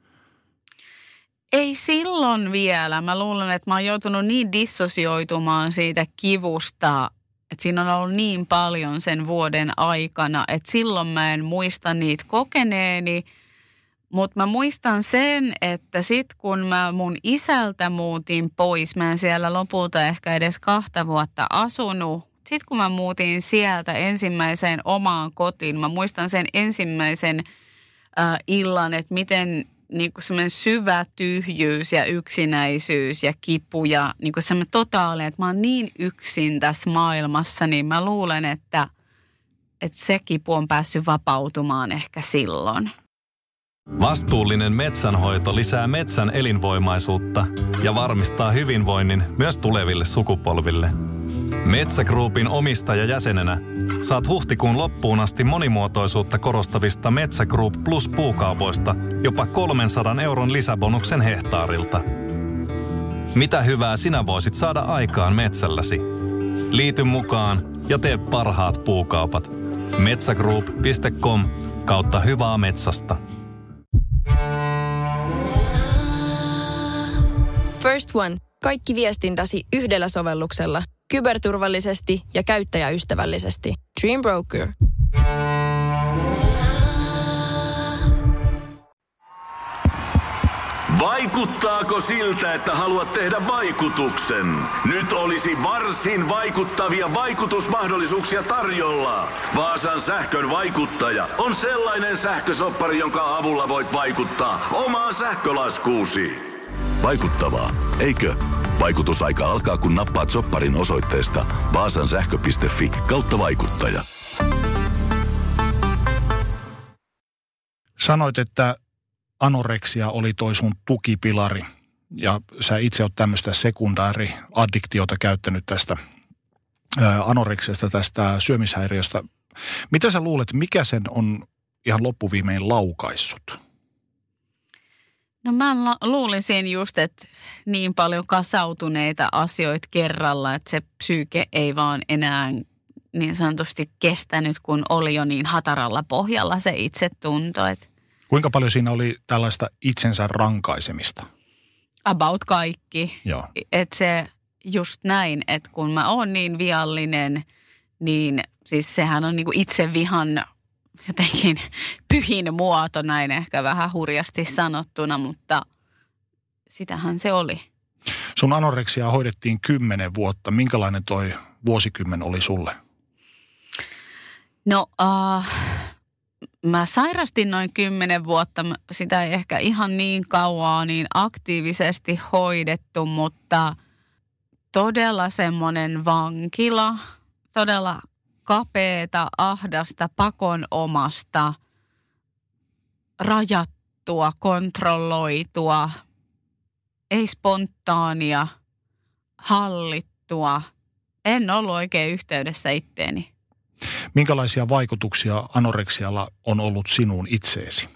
Ei silloin vielä. Mä luulen, että mä oon joutunut niin dissosioitumaan siitä kivusta, että siinä on ollut niin paljon sen vuoden aikana, että silloin mä en muista niitä kokeneeni. Mutta mä muistan sen, että sit kun mä mun isältä muutin pois, mä en siellä lopulta ehkä edes kahta vuotta asunut. Sitten kun mä muutin sieltä ensimmäiseen omaan kotiin, mä muistan sen ensimmäisen äh, illan, että miten niin kuin semmoinen syvä tyhjyys ja yksinäisyys ja kipu ja niin kuin semmoinen totaalinen, että mä oon niin yksin tässä maailmassa, niin mä luulen, että, että se kipu on päässyt vapautumaan ehkä silloin. Vastuullinen metsänhoito lisää metsän elinvoimaisuutta ja varmistaa hyvinvoinnin myös tuleville sukupolville. Metsä Groupin omistajajäsenenä saat huhtikuun loppuun asti monimuotoisuutta korostavista Metsä Group Plus puukaupoista jopa kolmensadan euron lisäbonuksen hehtaarilta. Mitä hyvää sinä voisit saada aikaan metsälläsi? Liity mukaan ja tee parhaat puukaupat. metsägroup piste com kautta hyvää metsästä. First One. Kaikki viestintäsi yhdellä sovelluksella. Kyberturvallisesti ja käyttäjäystävällisesti. Dream Broker. Vaikuttaako siltä, että haluat tehdä vaikutuksen? Nyt olisi varsin vaikuttavia vaikutusmahdollisuuksia tarjolla. Vaasan sähkön vaikuttaja on sellainen sähkösoppari, jonka avulla voit vaikuttaa omaan sähkölaskuusi. Vaikuttavaa, eikö? Vaikutusaika alkaa, kun nappaat sopparin osoitteesta vaasansähkö piste fi kautta vaikuttaja. Sanoit, että anoreksia oli toi sun tukipilari ja sä itse oot tämmöistä sekundääriaddiktiota käyttänyt tästä ää, anoreksiasta, tästä syömishäiriöstä. Mitä sä luulet, mikä sen on ihan loppuviimein laukaissut? No mä luulisin just, että niin paljon kasautuneita asioita kerralla, että se psyyke ei vaan enää niin sanotusti kestänyt, kun oli jo niin hataralla pohjalla se itsetunto. Että kuinka paljon siinä oli tällaista itsensä rankaisemista? About kaikki. Joo. Että se just näin, että kun mä oon niin viallinen, niin siis sehän on niinku itsevihan jotenkin pyhin muoto, näin ehkä vähän hurjasti sanottuna, mutta sitähän se oli. Sun anoreksiaa hoidettiin kymmenen vuotta. Minkälainen toi vuosikymmen oli sulle? No, uh, mä sairastin noin kymmenen vuotta. Sitä ei ehkä ihan niin kauaa niin aktiivisesti hoidettu, mutta todella semmoinen vankila, todella kapeeta, ahdasta, pakonomasta, rajattua, kontrolloitua, ei spontaania, hallittua. En ollut oikein yhteydessä itteeni. Minkälaisia vaikutuksia anoreksialla on ollut sinuun itseesi?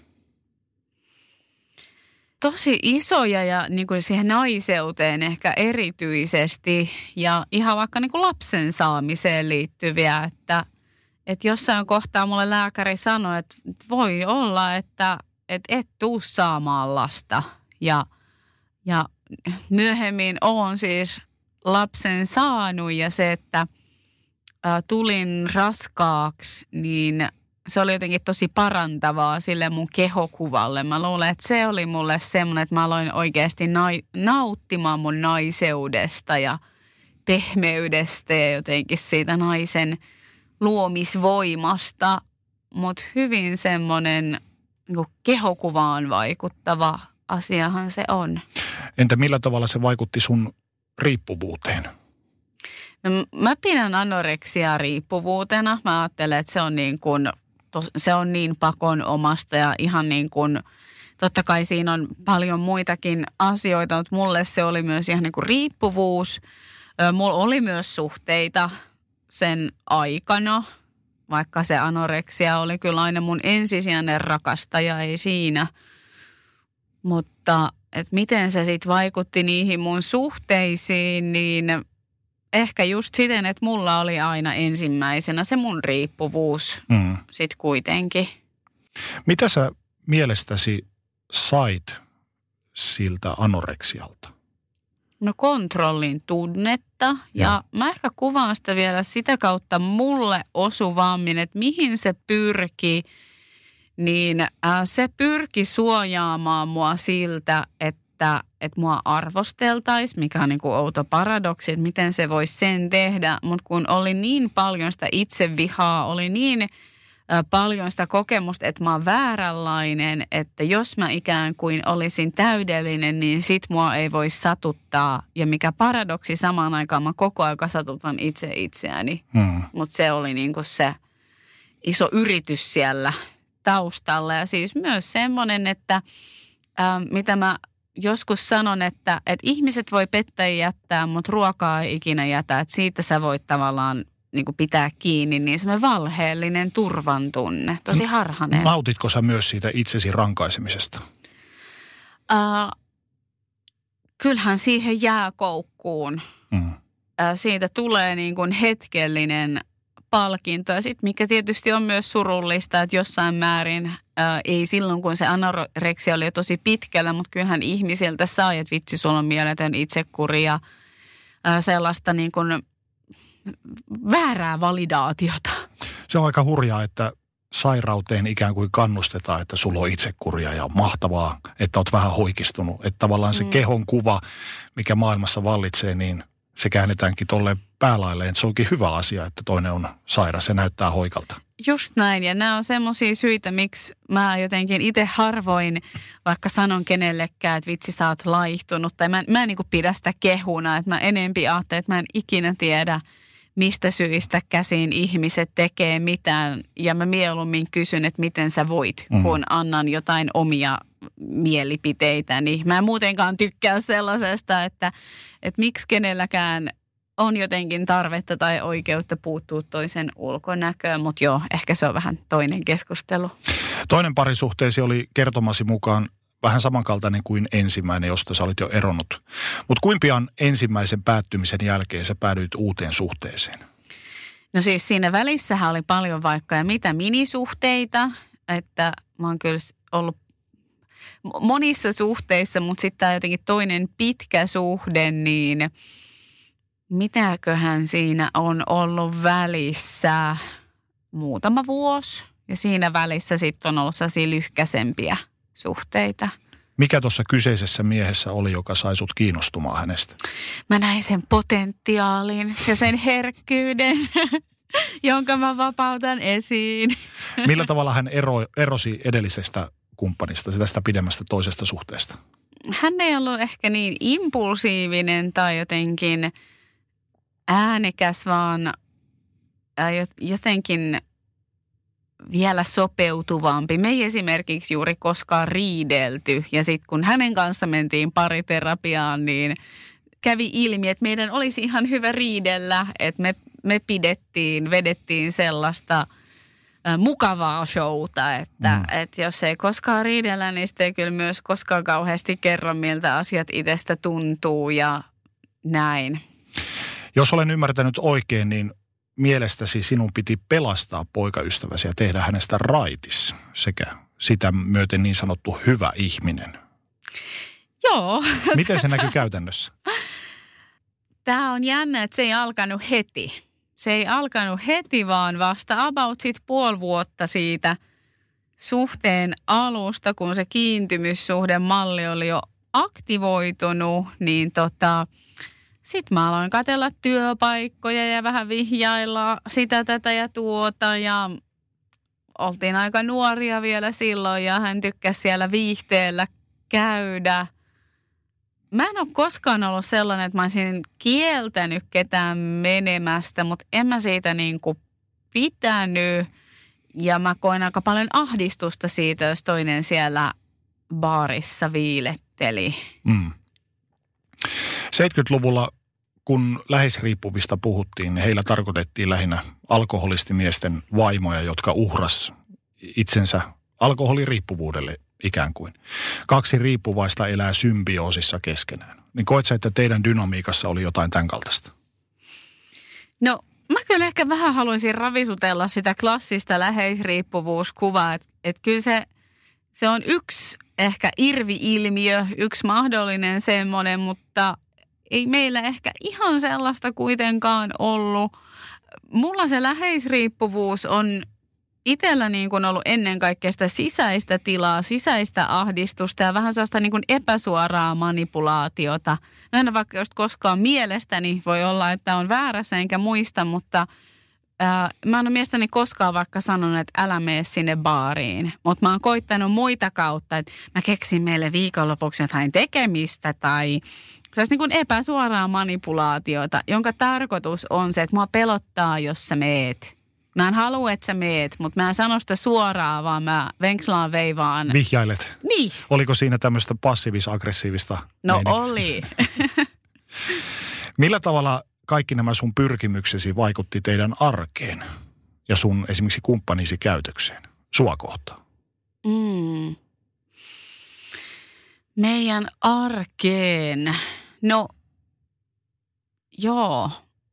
Tosi isoja ja niin kuin siihen naiseuteen ehkä erityisesti ja ihan vaikka niin kuin lapsen saamiseen liittyviä, että, että jossain kohtaa mulle lääkäri sanoi, että voi olla, että, että et tuu saamaan lasta ja Ja myöhemmin olen siis lapsen saanut ja se, että ä, tulin raskaaksi, niin se oli jotenkin tosi parantavaa sille mun kehokuvalle. Mä luulen, että se oli mulle semmoinen, että mä aloin oikeasti nai, nauttimaan mun naiseudesta ja pehmeydestä ja jotenkin siitä naisen luomisvoimasta. Mutta hyvin semmoinen niin kehokuvaan vaikuttava asiahan se on. Entä millä tavalla se vaikutti sun riippuvuuteen? No, mä pidän anoreksia riippuvuutena. Mä ajattelen, että se on niin kuin, se on niin pakon omasta ja ihan niin kuin, totta kai siinä on paljon muitakin asioita, mutta mulle se oli myös ihan niin kuin riippuvuus. Mulla oli myös suhteita sen aikana, vaikka se anoreksia oli kyllä aina mun ensisijainen rakastaja, ei siinä. Mutta että miten se sitten vaikutti niihin mun suhteisiin, niin ehkä just siten, että mulla oli aina ensimmäisenä se mun riippuvuus mm. sitten kuitenkin. Mitä sä mielestäsi sait siltä anoreksialta? No kontrollin tunnetta ja, ja mä ehkä kuvaan sitä vielä sitä kautta mulle osuvammin, että mihin se pyrki, niin äh, se pyrki suojaamaan mua siltä, että, että mua arvosteltaisiin, mikä on niin kuin outo paradoksi, että miten se voisi sen tehdä, mutta kun oli niin paljon sitä itsevihaa, oli niin äh, paljon sitä kokemusta, että mä oon vääränlainen, että jos mä ikään kuin olisin täydellinen, niin sit mua ei voi satuttaa. Ja mikä paradoksi, samaan aikaan mä koko ajan satutan itse itseäni. Hmm. Mutta se oli niinku se iso yritys siellä taustalla. Ja siis myös semmoinen, että äh, mitä mä joskus sanon, että, että ihmiset voi pettää jättää, mutta ruokaa ei ikinä jätä. Että siitä sä voit tavallaan niin kuin pitää kiinni, niin semmoinen valheellinen turvan tunne, tosi harhainen. Nautitko sä myös siitä itsesi rankaisemisesta? Uh, kyllähän siihen jää koukkuun. Mm. Uh, siitä tulee niin kuin hetkellinen palkinto. Ja sitten mikä tietysti on myös surullista, että jossain määrin, uh, ei silloin kun se anoreksia oli jo tosi pitkällä, mutta kyllähän ihmisiltä saa, että vitsi, sulla on mieletön itsekuri ja uh, sellaista niin kuin väärää validaatiota. Se on aika hurjaa, että sairauteen ikään kuin kannustetaan, että sulla on itsekuria ja mahtavaa, että oot vähän hoikistunut. Että tavallaan se mm. kehon kuva, mikä maailmassa vallitsee, niin se käännetäänkin tolleen päälailleen. Se onkin hyvä asia, että toinen on sairas ja näyttää hoikalta. Just näin, ja nämä on semmoisia syitä, miksi mä jotenkin itse harvoin vaikka sanon kenellekään, että vitsi sä oot laihtunut. Tai mä, mä en niin kuin pidä sitä kehuna, että mä enempi ajattelen, että mä en ikinä tiedä, mistä syistä käsin ihmiset tekee mitään. Ja mä mieluummin kysyn, että miten sä voit, mm. kun annan jotain omia mielipiteitä. Niin mä en muutenkaan tykkää sellaisesta, että, että miksi kenelläkään on jotenkin tarvetta tai oikeutta puuttua toisen ulkonäköön. Mutta joo, ehkä se on vähän toinen keskustelu. Toinen parisuhteesi oli kertomasi mukaan vähän samankaltainen kuin ensimmäinen, josta sä olit jo eronnut. Mutta kuinka pian ensimmäisen päättymisen jälkeen sä päädyit uuteen suhteeseen? No siis siinä välissähän oli paljon vaikka ja mitä minisuhteita, että mä oon kyllä ollut monissa suhteissa, mutta sitten tämä jotenkin toinen pitkä suhde, niin mitäköhän siinä on ollut välissä muutama vuosi. Ja siinä välissä sitten on ollut sellaisia lyhkäisempiä suhteita. Mikä tuossa kyseisessä miehessä oli, joka sai sut kiinnostumaan hänestä? Mä näin sen potentiaalin ja sen herkkyyden, jonka mä vapautan esiin. Millä tavalla hän ero, erosi edellisestä kumppanista, tästä pidemmästä toisesta suhteesta? Hän ei ollut ehkä niin impulsiivinen tai jotenkin äänekäs, vaan jotenkin vielä sopeutuvampi. Me ei esimerkiksi juuri koskaan riidelty ja sitten kun hänen kanssa mentiin pariterapiaan, niin kävi ilmi, että meidän olisi ihan hyvä riidellä, että me, me pidettiin, vedettiin sellaista äh, mukavaa showta, että mm. et jos ei koskaan riidellä, niin sitten ei kyllä myös koskaan kauheasti kerro, miltä asiat itsestä tuntuu ja näin. Jos olen ymmärtänyt oikein, niin mielestäsi sinun piti pelastaa poikaystäväsi ja tehdä hänestä raitis sekä sitä myöten niin sanottu hyvä ihminen. Joo. Miten se näkyy käytännössä? Tämä on jännä, että se ei alkanut heti. Se ei alkanut heti, vaan vasta about sit puoli vuotta siitä suhteen alusta, kun se kiintymyssuhdemalli oli jo aktivoitunut, niin tota, sitten mä aloin katsella työpaikkoja ja vähän vihjailla sitä, tätä ja tuota ja oltiin aika nuoria vielä silloin ja hän tykkäsi siellä viihteellä käydä. Mä en ole koskaan ollut sellainen, että mä olisin kieltänyt ketään menemästä, mutta en mä siitä niin kuin pitänyt. Ja mä koin aika paljon ahdistusta siitä, jos toinen siellä baarissa viiletteli. Mm. seitsemänkymmentäluvulla, kun läheisriippuvista puhuttiin, heillä tarkoitettiin lähinnä alkoholistimiesten vaimoja, jotka uhras itsensä alkoholiriippuvuudelle ikään kuin. Kaksi riippuvaista elää symbioosissa keskenään. Niin koet sä, että teidän dynamiikassa oli jotain tämän kaltaista? No mä kyllä ehkä vähän haluaisin ravisutella sitä klassista läheisriippuvuuskuvaa, että et kyllä se, se on yksi ehkä irvi-ilmiö, yksi mahdollinen semmoinen, mutta ei meillä ehkä ihan sellaista kuitenkaan ollut. Mulla se läheisriippuvuus on itsellä niin kuin ollut ennen kaikkea sitä sisäistä tilaa, sisäistä ahdistusta ja vähän sellaista niin kuin epäsuoraa manipulaatiota. Mä en vaikka just koskaan mielestäni, voi olla, että on väärässä enkä muista, mutta ää, mä en ole mielestäni koskaan vaikka sanonut, että älä mene sinne baariin. Mutta mä oon koittanut muita kautta, että mä keksin meille viikonlopuksi jotain tekemistä tai sellaista niin kuin epäsuoraa manipulaatiota, jonka tarkoitus on se, että mua pelottaa, jos sä meet. Mä en halua, että sä meet, mutta mä en sano sitä suoraan, vaan mä venklaan veivaan. Vihjailet. Niin. Oliko siinä tämmöistä passiivis-aggressiivista? No meininkiä? oli. Millä tavalla kaikki nämä sun pyrkimyksesi vaikutti teidän arkeen ja sun esimerkiksi kumppanisi käytökseen, sua kohtaan? Mm. Meidän arkeen. No, joo.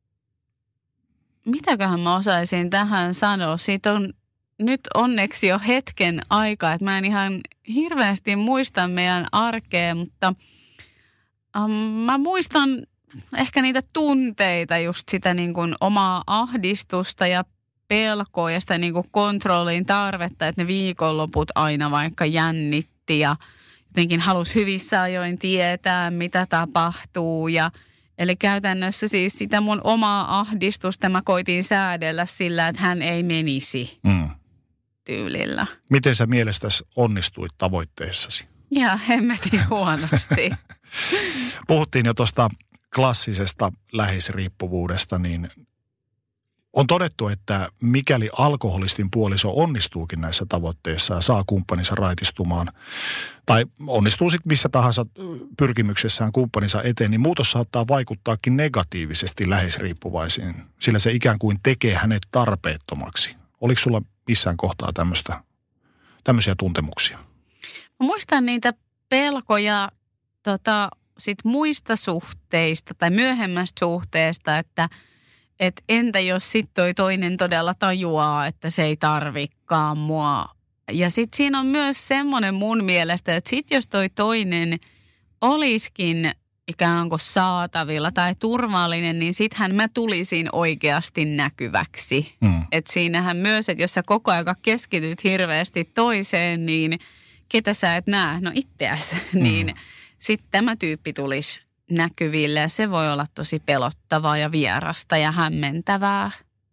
Mitäköhän mä osaisin tähän sanoa? Siitä on nyt onneksi jo hetken aikaa, että mä en ihan hirveästi muista meidän arkea, mutta ähm, mä muistan ehkä niitä tunteita, just sitä niin kuin omaa ahdistusta ja pelkoa ja sitä niin kuin kontrollin tarvetta, että ne viikonloput aina vaikka jännitti ja jotenkin halusi hyvissä ajoin tietää, mitä tapahtuu ja eli käytännössä siis sitä mun omaa ahdistusta mä koitin säädellä sillä, että hän ei menisi mm. tyylillä. Miten sä mielestäsi onnistuit tavoitteessasi? Ja hemmetin huonosti. Puhuttiin jo tuosta klassisesta läheisriippuvuudesta, niin on todettu, että mikäli alkoholistin puoliso onnistuukin näissä tavoitteissa ja saa kumppaninsa raitistumaan tai onnistuu sitten missä tahansa pyrkimyksessään kumppaninsa eteen, niin muutos saattaa vaikuttaakin negatiivisesti läheisriippuvaisiin, sillä se ikään kuin tekee hänet tarpeettomaksi. Oliko sulla missään kohtaa tämmöistä, tämmöisiä tuntemuksia? Mä muistan niitä pelkoja tota, sit muista suhteista tai myöhemmästä suhteesta, että et entä jos sitten toi toinen todella tajuaa, että se ei tarvikaan mua. Ja sitten siinä on myös semmoinen mun mielestä, että sitten jos toi toinen olisikin ikään kuin saatavilla tai turvallinen, niin sittenhän mä tulisin oikeasti näkyväksi. Mm. Että siinähän myös, että jos sä koko ajan keskityt hirveästi toiseen, niin ketä sä et näe? No itseäsi. Mm. Niin sitten tämä tyyppi tulisi näkyville ja se voi olla tosi pelottavaa ja vierasta ja hämmentävää.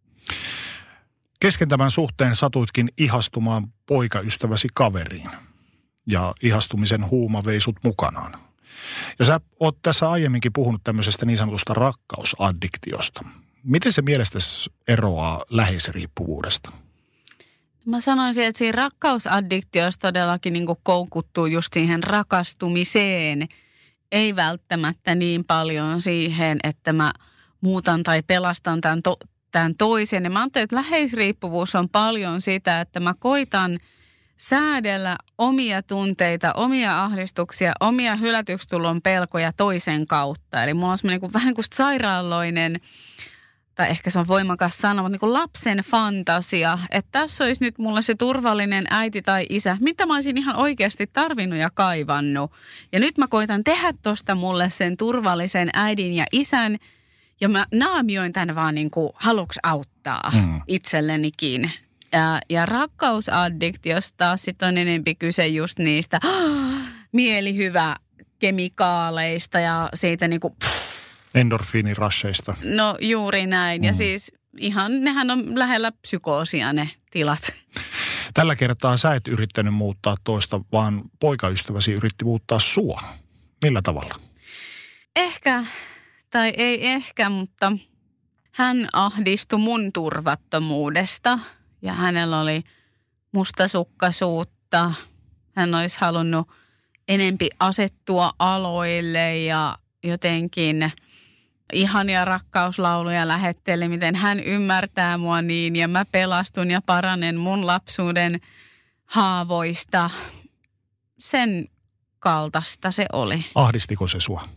Kesken tämän suhteen satuitkin ihastumaan poikaystäväsi kaveriin ja ihastumisen huuma vei sut mukanaan. Ja sä oot tässä aiemminkin puhunut tämmöisestä niin sanotusta rakkausaddiktiosta. Miten se mielestäsi eroaa läheisriippuvuudesta? Mä sanoisin, että siinä rakkausaddiktiossa todellakin niin kuin koukuttuu just siihen rakastumiseen. Ei välttämättä niin paljon siihen, että mä muutan tai pelastan tämän, to, tämän toisen. Ja mä ajattelen, että läheisriippuvuus on paljon sitä, että mä koitan säädellä omia tunteita, omia ahdistuksia, omia hylätyksi tulon pelkoja toisen kautta. Eli mulla on semmoinen niin vähän kuin sairaaloinen tai ehkä se on voimakas sana, mutta niin kuin lapsen fantasia, että tässä olisi nyt mulle se turvallinen äiti tai isä, mitä mä olisin ihan oikeasti tarvinnut ja kaivannut. Ja nyt mä koitan tehdä tosta mulle sen turvallisen äidin ja isän, ja mä naamioin tämän vaan niin kuin haluks auttaa hmm. itsellenikin. Ja, ja rakkausaddiktiosta taas sit on enempi kyse just niistä oh, mielihyvä kemikaaleista ja siitä niin kuin endorfiinirasseista. No juuri näin. Mm. Ja siis ihan, nehän on lähellä psykoosia ne tilat. Tällä kertaa sä et yrittänyt muuttaa toista, vaan poikaystäväsi yritti muuttaa sua. Millä tavalla? Ehkä, tai ei ehkä, mutta hän ahdistui mun turvattomuudesta. Ja hänellä oli mustasukkaisuutta. Hän olisi halunnut enempi asettua aloille ja jotenkin ihania rakkauslauluja lähetteli, miten hän ymmärtää mua niin ja mä pelastun ja paranen mun lapsuuden haavoista. Sen kaltaista se oli. Ahdistiko se sua?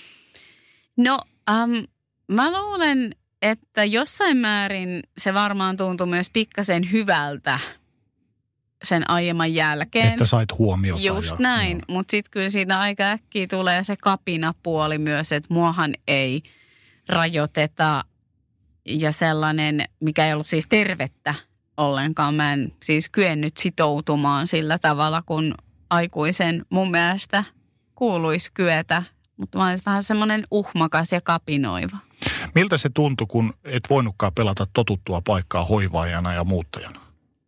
No, ähm, mä luulen, että jossain määrin se varmaan tuntui myös pikkasen hyvältä sen aiemman jälkeen. Että sait huomiota. Just ja, näin, no. Mutta sitten kyllä siitä aika äkkiä tulee se kapinapuoli myös, että muahan ei rajoiteta ja sellainen, mikä ei ollut siis tervettä ollenkaan. Mä en siis kyennyt sitoutumaan sillä tavalla, kun aikuisen mun mielestä kuuluisi kyetä, mutta mä olen vähän semmoinen uhmakas ja kapinoiva. Miltä se tuntui, kun et voinutkaan pelata totuttua paikkaa hoivaajana ja muuttajana?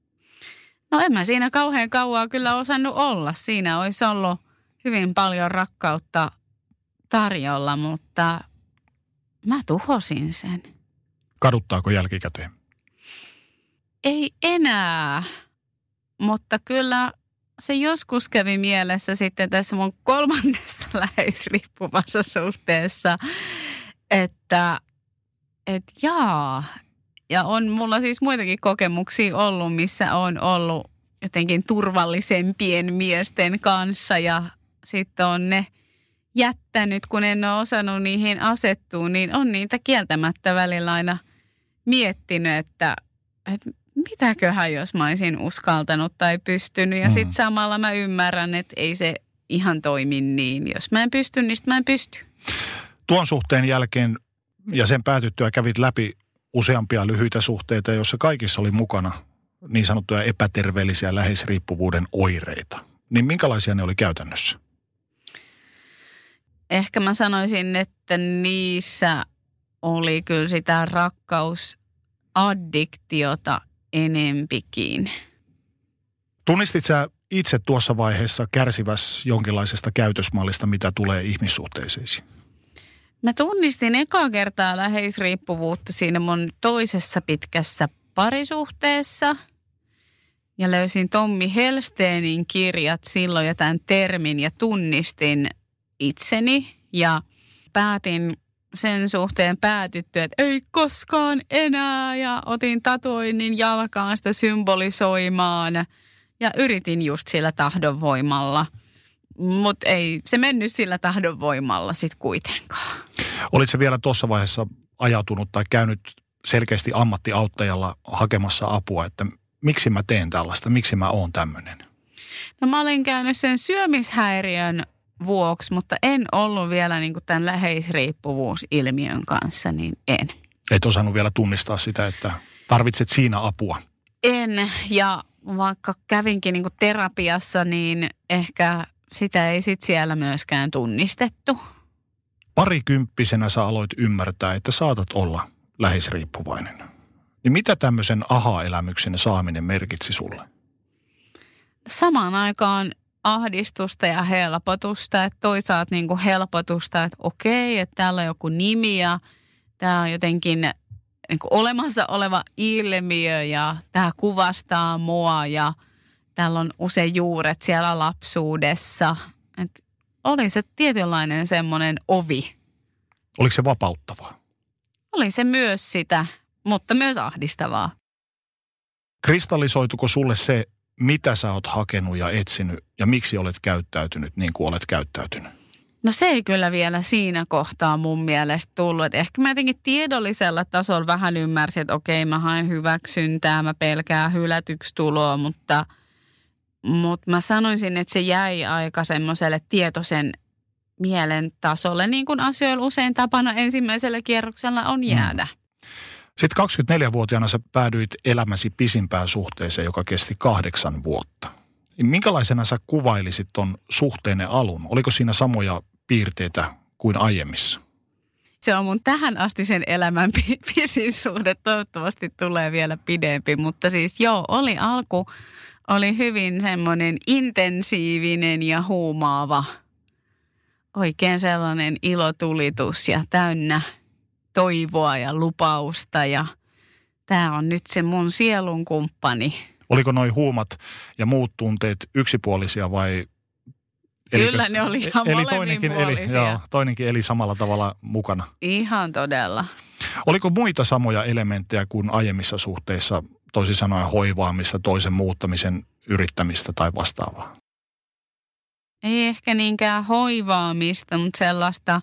No en mä siinä kauhean kauaa kyllä osannut olla. Siinä olisi ollut hyvin paljon rakkautta tarjolla, mutta mä tuhosin sen. Kaduttaako jälkikäteen? Ei enää, mutta kyllä se joskus kävi mielessä sitten tässä mun kolmannessa läheisriippuvassa suhteessa, että et jaa. Ja on mulla siis muitakin kokemuksia ollut, missä on ollut jotenkin turvallisempien miesten kanssa ja sitten on ne jättänyt, kun en ole osannut niihin asettua, niin on niitä kieltämättä välillä aina miettinyt, että, että mitäköhän jos mä olisin uskaltanut tai pystynyt. Ja sitten samalla mä ymmärrän, että ei se ihan toimi niin. Jos mä en pysty, niin mä en pysty. Tuon suhteen jälkeen ja sen päätyttyä kävit läpi useampia lyhyitä suhteita, joissa kaikissa oli mukana niin sanottuja epäterveellisiä läheisriippuvuuden oireita. Niin minkälaisia ne oli käytännössä? Ehkä mä sanoisin, että niissä oli kyllä sitä rakkausaddiktiota enempikin. Tunnistit sä itse tuossa vaiheessa kärsiväs jonkinlaisesta käytösmallista, mitä tulee ihmissuhteisiin? Mä tunnistin ekaa kertaa läheisriippuvuutta siinä mun toisessa pitkässä parisuhteessa. Ja löysin Tommi Helsteenin kirjat silloin ja tämän termin ja tunnistin itseni. Ja päätin sen suhteen päätyttyä, että ei koskaan enää. Ja otin tatuoinnin jalkaan sitä symbolisoimaan ja yritin just sillä tahdonvoimalla. Mutta ei se mennyt sillä tahdonvoimalla sitten kuitenkaan. Olitko vielä tuossa vaiheessa ajautunut tai käynyt selkeästi ammattiauttajalla hakemassa apua, että miksi mä teen tällaista, miksi mä oon tämmöinen? No mä olin käynyt sen syömishäiriön vuoksi, mutta en ollut vielä niin kuin tämän läheisriippuvuusilmiön kanssa, niin en. Et osannut vielä tunnistaa sitä, että tarvitset siinä apua? En, ja vaikka kävinkin niin kuin terapiassa, niin ehkä sitä ei sit siellä myöskään tunnistettu. Parikymppisenä sä aloit ymmärtää, että saatat olla läheisriippuvainen. Niin mitä tämmöisen aha-elämyksen saaminen merkitsi sulle? Samaan aikaan ahdistusta ja helpotusta. Että toisaalta niin kuin helpotusta, että okei, että täällä on joku nimi ja tämä on jotenkin niin kuin olemassa oleva ilmiö ja tämä kuvastaa mua ja täällä on usein juuret siellä lapsuudessa. Et oli se tietynlainen semmoinen ovi. Oliko se vapauttavaa? Oli se myös sitä, mutta myös ahdistavaa. Kristallisoituko sulle se, mitä sä oot hakenut ja etsinyt ja miksi olet käyttäytynyt niin kuin olet käyttäytynyt? No se ei kyllä vielä siinä kohtaa mun mielestä tullut. Et ehkä mä jotenkin tiedollisella tasolla vähän ymmärsin, että okei mä haen hyväksyntää, mä pelkään hylätyksi tuloa, mutta, mutta mä sanoisin, että se jäi aika semmoiselle tietoisen mielen tasolle, niin kuin asioilla usein tapana ensimmäisellä kierroksella on jäädä. Mm. Sitten kaksikymmentäneljävuotiaana sä päädyit elämäsi pisimpään suhteeseen, joka kesti kahdeksan vuotta. Minkälaisena sä kuvailisit ton suhteenne alun? Oliko siinä samoja piirteitä kuin aiemmissa? Se on mun tähän asti sen elämän pisin suhde. Toivottavasti tulee vielä pidempi, mutta siis joo, oli alku, oli hyvin semmoinen intensiivinen ja huumaava. Oikein sellainen ilotulitus ja täynnä toivoa ja lupausta ja tää on nyt se mun sielun kumppani. Oliko noi huumat ja muut tunteet yksipuolisia vai? Kyllä elikö, ne oli ihan eli toinenkin eli, joo, toinenkin eli samalla tavalla mukana. Ihan todella. Oliko muita samoja elementtejä kuin aiemmissa suhteissa, toisin sanoen hoivaamista, toisen muuttamisen yrittämistä tai vastaavaa? Ei ehkä niinkään hoivaamista, mutta sellaista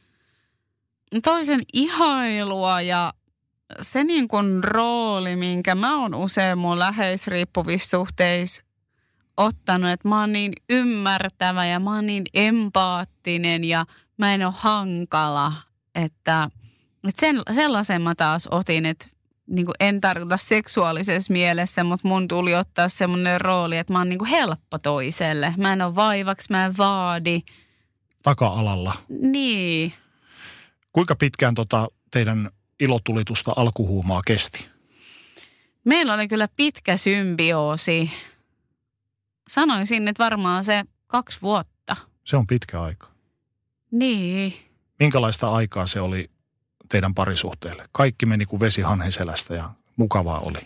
toisen ihailua ja se niin kuin rooli, minkä mä oon usein mun läheisriippuvissa suhteissa ottanut, että mä oon niin ymmärtävä ja mä oon niin empaattinen ja mä en ole hankala, että, että sen, sellaisen mä taas otin, että niin kuin en tarkoita seksuaalisessa mielessä, mutta mun tuli ottaa semmoinen rooli, että mä oon niin kuin helppo toiselle. Mä en ole vaivaksi, mä en vaadi. Taka-alalla. Niin. Kuinka pitkään tota teidän ilotulitusta alkuhuumaa kesti? Meillä oli kyllä pitkä symbioosi. Sanoisin, että varmaan se kaksi vuotta. Se on pitkä aika. Niin. Minkälaista aikaa se oli teidän parisuhteelle? Kaikki meni kuin vesi hanhiselästä ja mukavaa oli.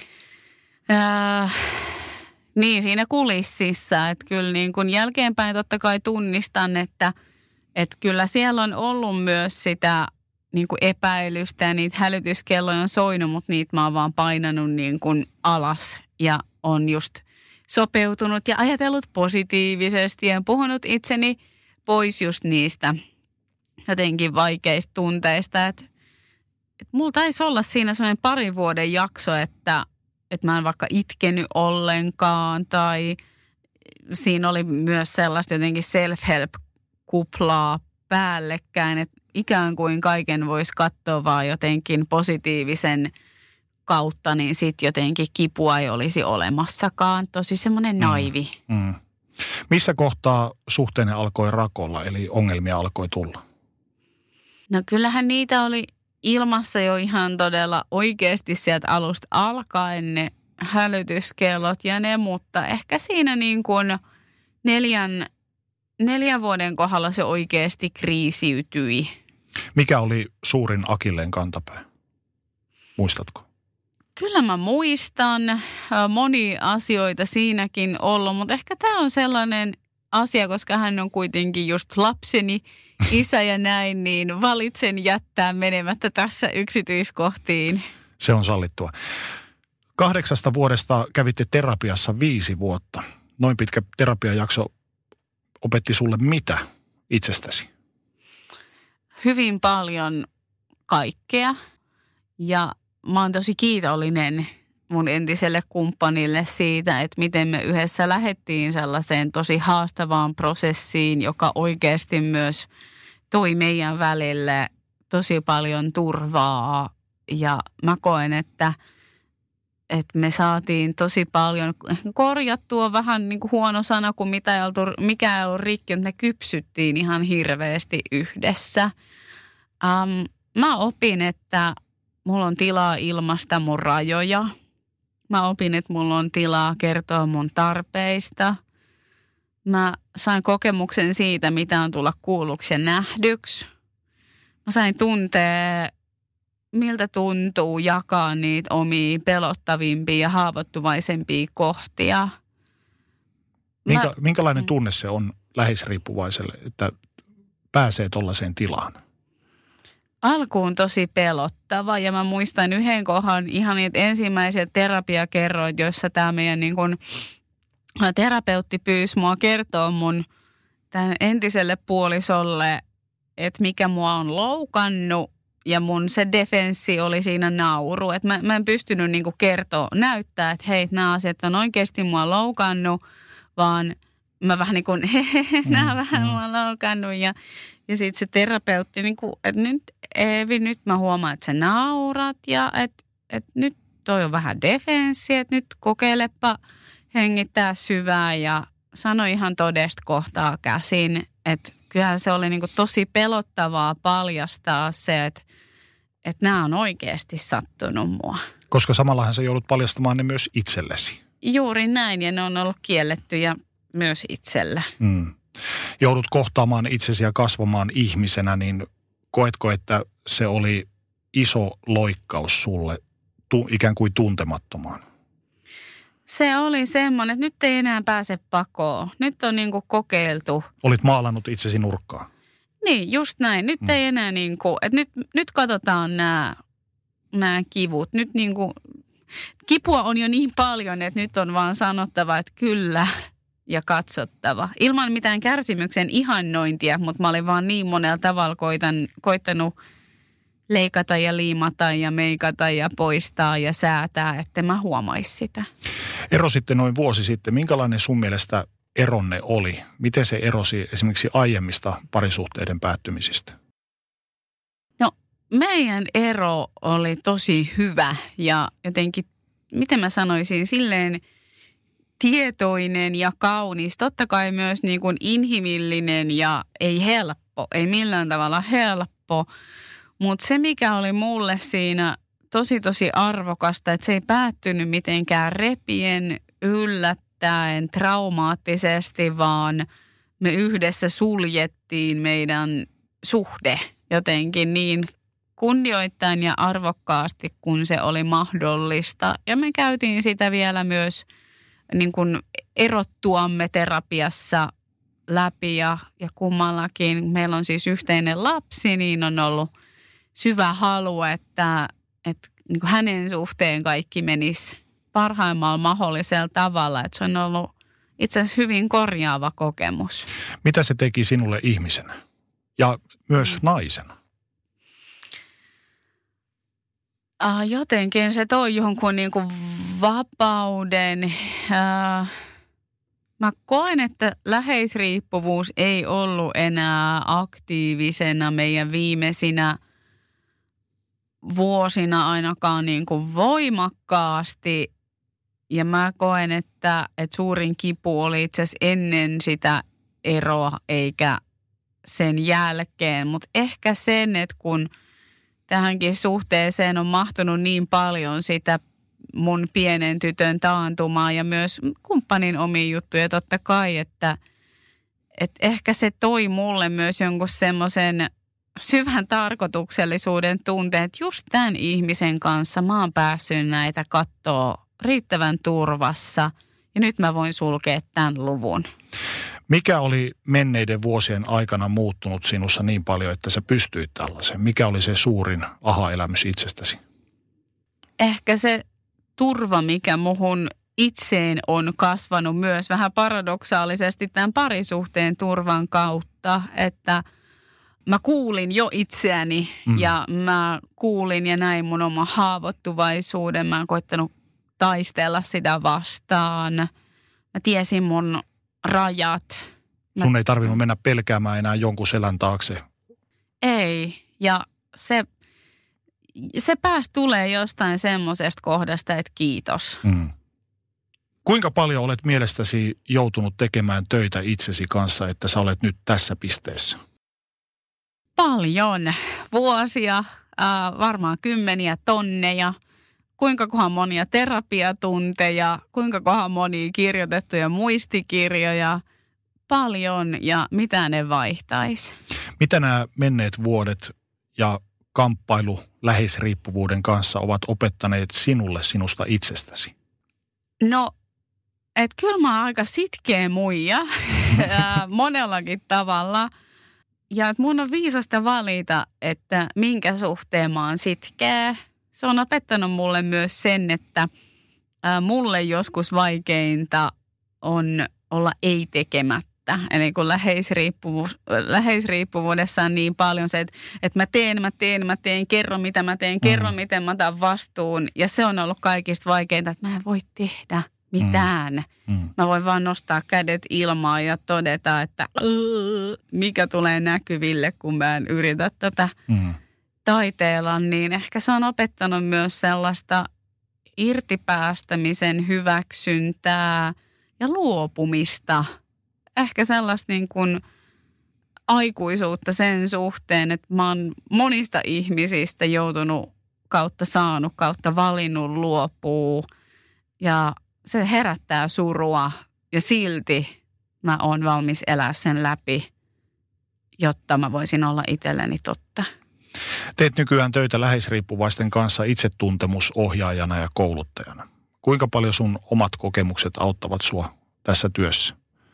Äh, niin, siinä kulississa. Että kyllä niin kuin jälkeenpäin totta kai tunnistan, että, että kyllä siellä on ollut myös sitä niin kuin epäilystä ja niitä hälytyskelloja on soinut, mutta niitä mä oon vaan painanut niin kuin alas ja on just sopeutunut ja ajatellut positiivisesti ja puhunut itseni pois just niistä jotenkin vaikeista tunteista. Että et mulla taisi olla siinä semmoinen parin vuoden jakso, että et mä en vaikka itkenyt ollenkaan tai siinä oli myös sellaista jotenkin self-help-kuplaa päällekkäin, että ikään kuin kaiken voisi katsoa vaan jotenkin positiivisen kautta, niin sitten jotenkin kipua ei olisi olemassakaan. Tosi semmoinen naivi. Mm, mm. Missä kohtaa suhteenne alkoi rakolla, eli ongelmia alkoi tulla? No kyllähän niitä oli ilmassa jo ihan todella oikeasti sieltä alusta alkaen ne hälytyskellot ja ne, mutta ehkä siinä niin kuin neljän, neljän vuoden kohdalla se oikeasti kriisiytyi. Mikä oli suurin akilleen kantapää? Muistatko? Kyllä mä muistan moni asioita siinäkin ollut, mutta ehkä tämä on sellainen asia, koska hän on kuitenkin just lapseni isä ja näin, niin valitsen jättää menemättä tässä yksityiskohtiin. Se on sallittua. Kahdeksasta vuodesta kävitte terapiassa viisi vuotta. Noin pitkä terapiajakso opetti sulle mitä itsestäsi? Hyvin paljon kaikkea ja mä oon tosi kiitollinen mun entiselle kumppanille siitä, että miten me yhdessä lähdettiin sellaiseen tosi haastavaan prosessiin, joka oikeasti myös toi meidän välille tosi paljon turvaa. Ja mä koen, että, että me saatiin tosi paljon korjattua, vähän niin kuin huono sana kuin mitä ei oltu, mikä ei ollut rikki, mutta me kypsyttiin ihan hirveästi yhdessä. Um, mä opin, että mulla on tilaa ilmaista mun rajoja. Mä opin, että mulla on tilaa kertoa mun tarpeista. Mä sain kokemuksen siitä, mitä on tulla kuulluksi ja nähdyksi. Mä sain tuntea, miltä tuntuu jakaa niitä omia pelottavimpia ja haavoittuvaisempia kohtia. Minkä, Mä, minkälainen tunne se on läheisriippuvaiselle, että pääsee tollaiseen tilaan? Alkuun tosi pelottava ja mä muistan yhden kohdan ihan niitä ensimmäiset terapiakerroit, joissa tämä meidän niin kun, terapeutti pyysi mua kertoa mun tämän entiselle puolisolle, että mikä mua on loukannut. Ja mun se defenssi oli siinä nauru. Että mä, mä en pystynyt niinku kertoa, näyttää, että hei, nämä asiat on oikeasti mua loukannut, vaan mä vähän niin kuin, hehehe, nämä mm, vähän mm. mua loukannut. Ja, ja sitten se terapeutti, niin kuin, että nyt Eevi, nyt mä huomaan, että sä naurat ja että, että nyt toi on vähän defenssi, että nyt kokeilepa hengittää syvää ja sano ihan todesta kohtaa käsin, että kyllähän se oli niin kuin tosi pelottavaa paljastaa se, että, että nämä on oikeasti sattunut mua. Koska samallahan sä joudut paljastamaan ne myös itsellesi. Juuri näin, ja ne on ollut kiellettyjä myös itselle. Mm. Joudut kohtaamaan itsesi ja kasvamaan ihmisenä, niin koetko, että se oli iso loikkaus sulle tu, ikään kuin tuntemattomaan? Se oli semmoinen, että nyt ei enää pääse pakoon. Nyt on niin kuin kokeiltu. Olit maalannut itsesi nurkkaan. Niin, just näin. Nyt mm. ei enää niin kuin, että nyt, nyt katsotaan nämä, nämä kivut. Nyt niin kuin, kipua on jo niin paljon, että nyt on vaan sanottava, että kyllä ja katsottava. Ilman mitään kärsimyksen ihannointia, mutta mä olin vaan niin monella tavalla koitan, koittanut leikata ja liimata ja meikata ja poistaa ja säätää, että mä huomaisi sitä. Ero sitten noin vuosi sitten. Minkälainen sun mielestä eronne oli? Miten se erosi esimerkiksi aiemmista parisuhteiden päättymisistä? No meidän ero oli tosi hyvä ja jotenkin, miten mä sanoisin, silleen tietoinen ja kaunis. Totta kai myös niin kuin inhimillinen ja ei helppo, ei millään tavalla helppo. Mutta se, mikä oli mulle siinä tosi tosi arvokasta, että se ei päättynyt mitenkään repien, yllättäen, traumaattisesti, vaan me yhdessä suljettiin meidän suhde jotenkin niin kunnioittain ja arvokkaasti, kun se oli mahdollista. Ja me käytiin sitä vielä myös niin kuin erottuamme terapiassa läpi ja, ja kummallakin. Meillä on siis yhteinen lapsi, niin on ollut syvä halu, että, että niin kuin hänen suhteen kaikki menisi parhaimmalla mahdollisella tavalla. Että se on ollut itse asiassa hyvin korjaava kokemus. Mitä se teki sinulle ihmisenä ja myös mm. naisena? Uh, jotenkin se toi jonkun niin kuin vapauden. Uh, mä koen, että läheisriippuvuus ei ollut enää aktiivisena meidän viimeisinä vuosina ainakaan niin kuin voimakkaasti. Ja mä koen, että, että suurin kipu oli itse asiassa ennen sitä eroa eikä sen jälkeen. Mutta ehkä sen, että kun tähänkin suhteeseen on mahtunut niin paljon sitä mun pienen tytön taantumaa ja myös kumppanin omia juttuja totta kai, että, että ehkä se toi mulle myös jonkun semmoisen syvän tarkoituksellisuuden tunteen, että just tämän ihmisen kanssa mä oon päässyt näitä katsoa riittävän turvassa ja nyt mä voin sulkea tämän luvun. Mikä oli menneiden vuosien aikana muuttunut sinussa niin paljon, että sä pystyit tällaiseen? Mikä oli se suurin aha-elämys itsestäsi? Ehkä se turva, mikä muhun itseen on kasvanut myös vähän paradoksaalisesti tämän parisuhteen turvan kautta, että mä kuulin jo itseäni mm. ja mä kuulin ja näin mun oma haavoittuvaisuuden. Mä oon koittanut taistella sitä vastaan. Mä tiesin mun rajat. Mä... Sun ei tarvinnut mennä pelkäämään enää jonkun selän taakse. Ei. Ja se, se pääs tulee jostain semmoisesta kohdasta, että kiitos. Mm. Kuinka paljon olet mielestäsi joutunut tekemään töitä itsesi kanssa, että sä olet nyt tässä pisteessä? Paljon. Vuosia, äh, varmaan kymmeniä tonneja. Kuinka kohan monia terapiatunteja, kuinka kohan monia kirjoitettuja muistikirjoja. Paljon ja mitä ne vaihtaisi. Mitä nämä menneet vuodet ja kamppailu läheisriippuvuuden kanssa ovat opettaneet sinulle sinusta itsestäsi? No, et kyllä mä oon aika sitkeä muija monellakin tavalla. Ja että mun on viisasta valita, että minkä suhteen mä oon sitkeä. Se on opettanut mulle myös sen, että ää, mulle joskus vaikeinta on olla ei tekemättä. tekemättä. Eli kun läheisriippuvuus, läheisriippuvuudessa on niin paljon se, että, että mä teen, mä teen, mä teen, kerro mitä mä teen, kerro mm. miten mä otan vastuun. Ja se on ollut kaikista vaikeinta, että mä en voi tehdä mitään. Mm. Mä voin vaan nostaa kädet ilmaan ja todeta, että mikä tulee näkyville, kun mä en yritä tätä mm. taiteella. Niin ehkä se on opettanut myös sellaista irtipäästämisen hyväksyntää ja luopumista. Ehkä sellaista niin kuin aikuisuutta sen suhteen, että mä oon monista ihmisistä joutunut kautta saanut, kautta valinnut luopuu. Ja se herättää surua ja silti mä oon valmis elää sen läpi, jotta mä voisin olla itselleni totta. Teet nykyään töitä läheisriippuvaisten kanssa itsetuntemusohjaajana ja kouluttajana. Kuinka paljon sun omat kokemukset auttavat sua tässä työssä?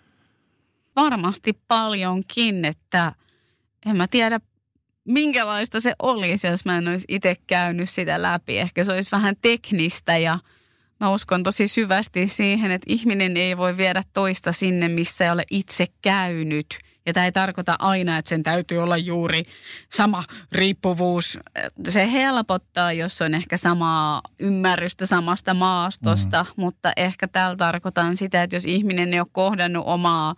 Varmasti paljonkin, että en mä tiedä minkälaista se olisi, jos mä en olisi itse käynyt sitä läpi. Ehkä se olisi vähän teknistä ja mä uskon tosi syvästi siihen, että ihminen ei voi viedä toista sinne, missä ei ole itse käynyt. Ja tämä ei tarkoita aina, että sen täytyy olla juuri sama riippuvuus. Se helpottaa, jos on ehkä samaa ymmärrystä samasta maastosta, mm. mutta ehkä täällä tarkoitan sitä, että jos ihminen ei ole kohdannut omaa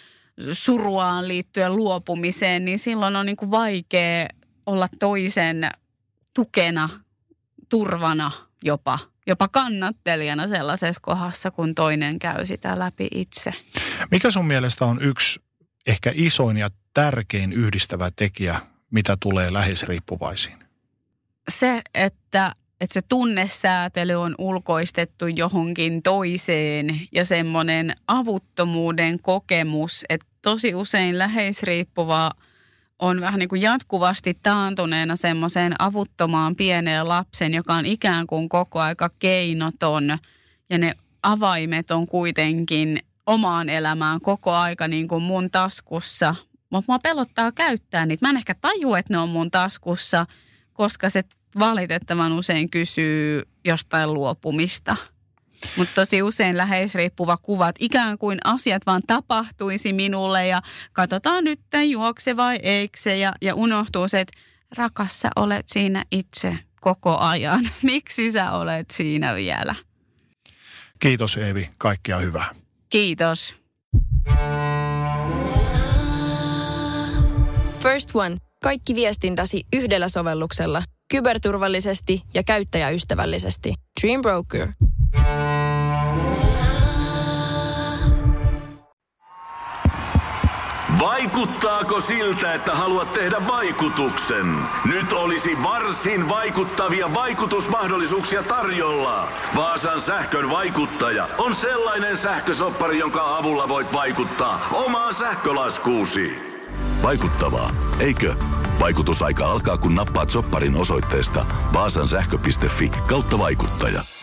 suruaan liittyen luopumiseen, niin silloin on niin kuin vaikea olla toisen tukena, turvana jopa. Jopa kannattelijana sellaisessa kohdassa, kun toinen käy sitä läpi itse. Mikä sun mielestä on yksi ehkä isoin ja tärkein yhdistävä tekijä, mitä tulee läheisriippuvaisiin? Se, että, että se tunnesäätely on ulkoistettu johonkin toiseen ja semmoinen avuttomuuden kokemus, että tosi usein läheisriippuva on vähän niin kuin jatkuvasti taantuneena semmoiseen avuttomaan pieneen lapsen, joka on ikään kuin koko aika keinoton ja ne avaimet on kuitenkin omaan elämään koko aika niin kuin mun taskussa. Mutta mua pelottaa käyttää niitä. Mä en ehkä tajua, että ne on mun taskussa, koska se valitettavan usein kysyy jostain luopumista. Mutta tosi usein läheisriippuva kuvat, ikään kuin asiat vaan tapahtuisi minulle ja katsotaan nyt juokse vai eikö se ja, ja unohtuu se, että rakas sä olet siinä itse koko ajan. Miksi sä olet siinä vielä? Kiitos Eevi, kaikkea hyvää. Kiitos. First One. Kaikki viestintäsi yhdellä sovelluksella. Kyberturvallisesti ja käyttäjäystävällisesti. Dream Broker. Vaikuttaako siltä, että haluat tehdä vaikutuksen? Nyt olisi varsin vaikuttavia vaikutusmahdollisuuksia tarjolla. Vaasan sähkön vaikuttaja on sellainen sähkösoppari, jonka avulla voit vaikuttaa omaan sähkölaskuusi. Vaikuttavaa, eikö? Vaikutusaika alkaa, kun nappaat sopparin osoitteesta vaasansähkö piste fi kautta vaikuttaja.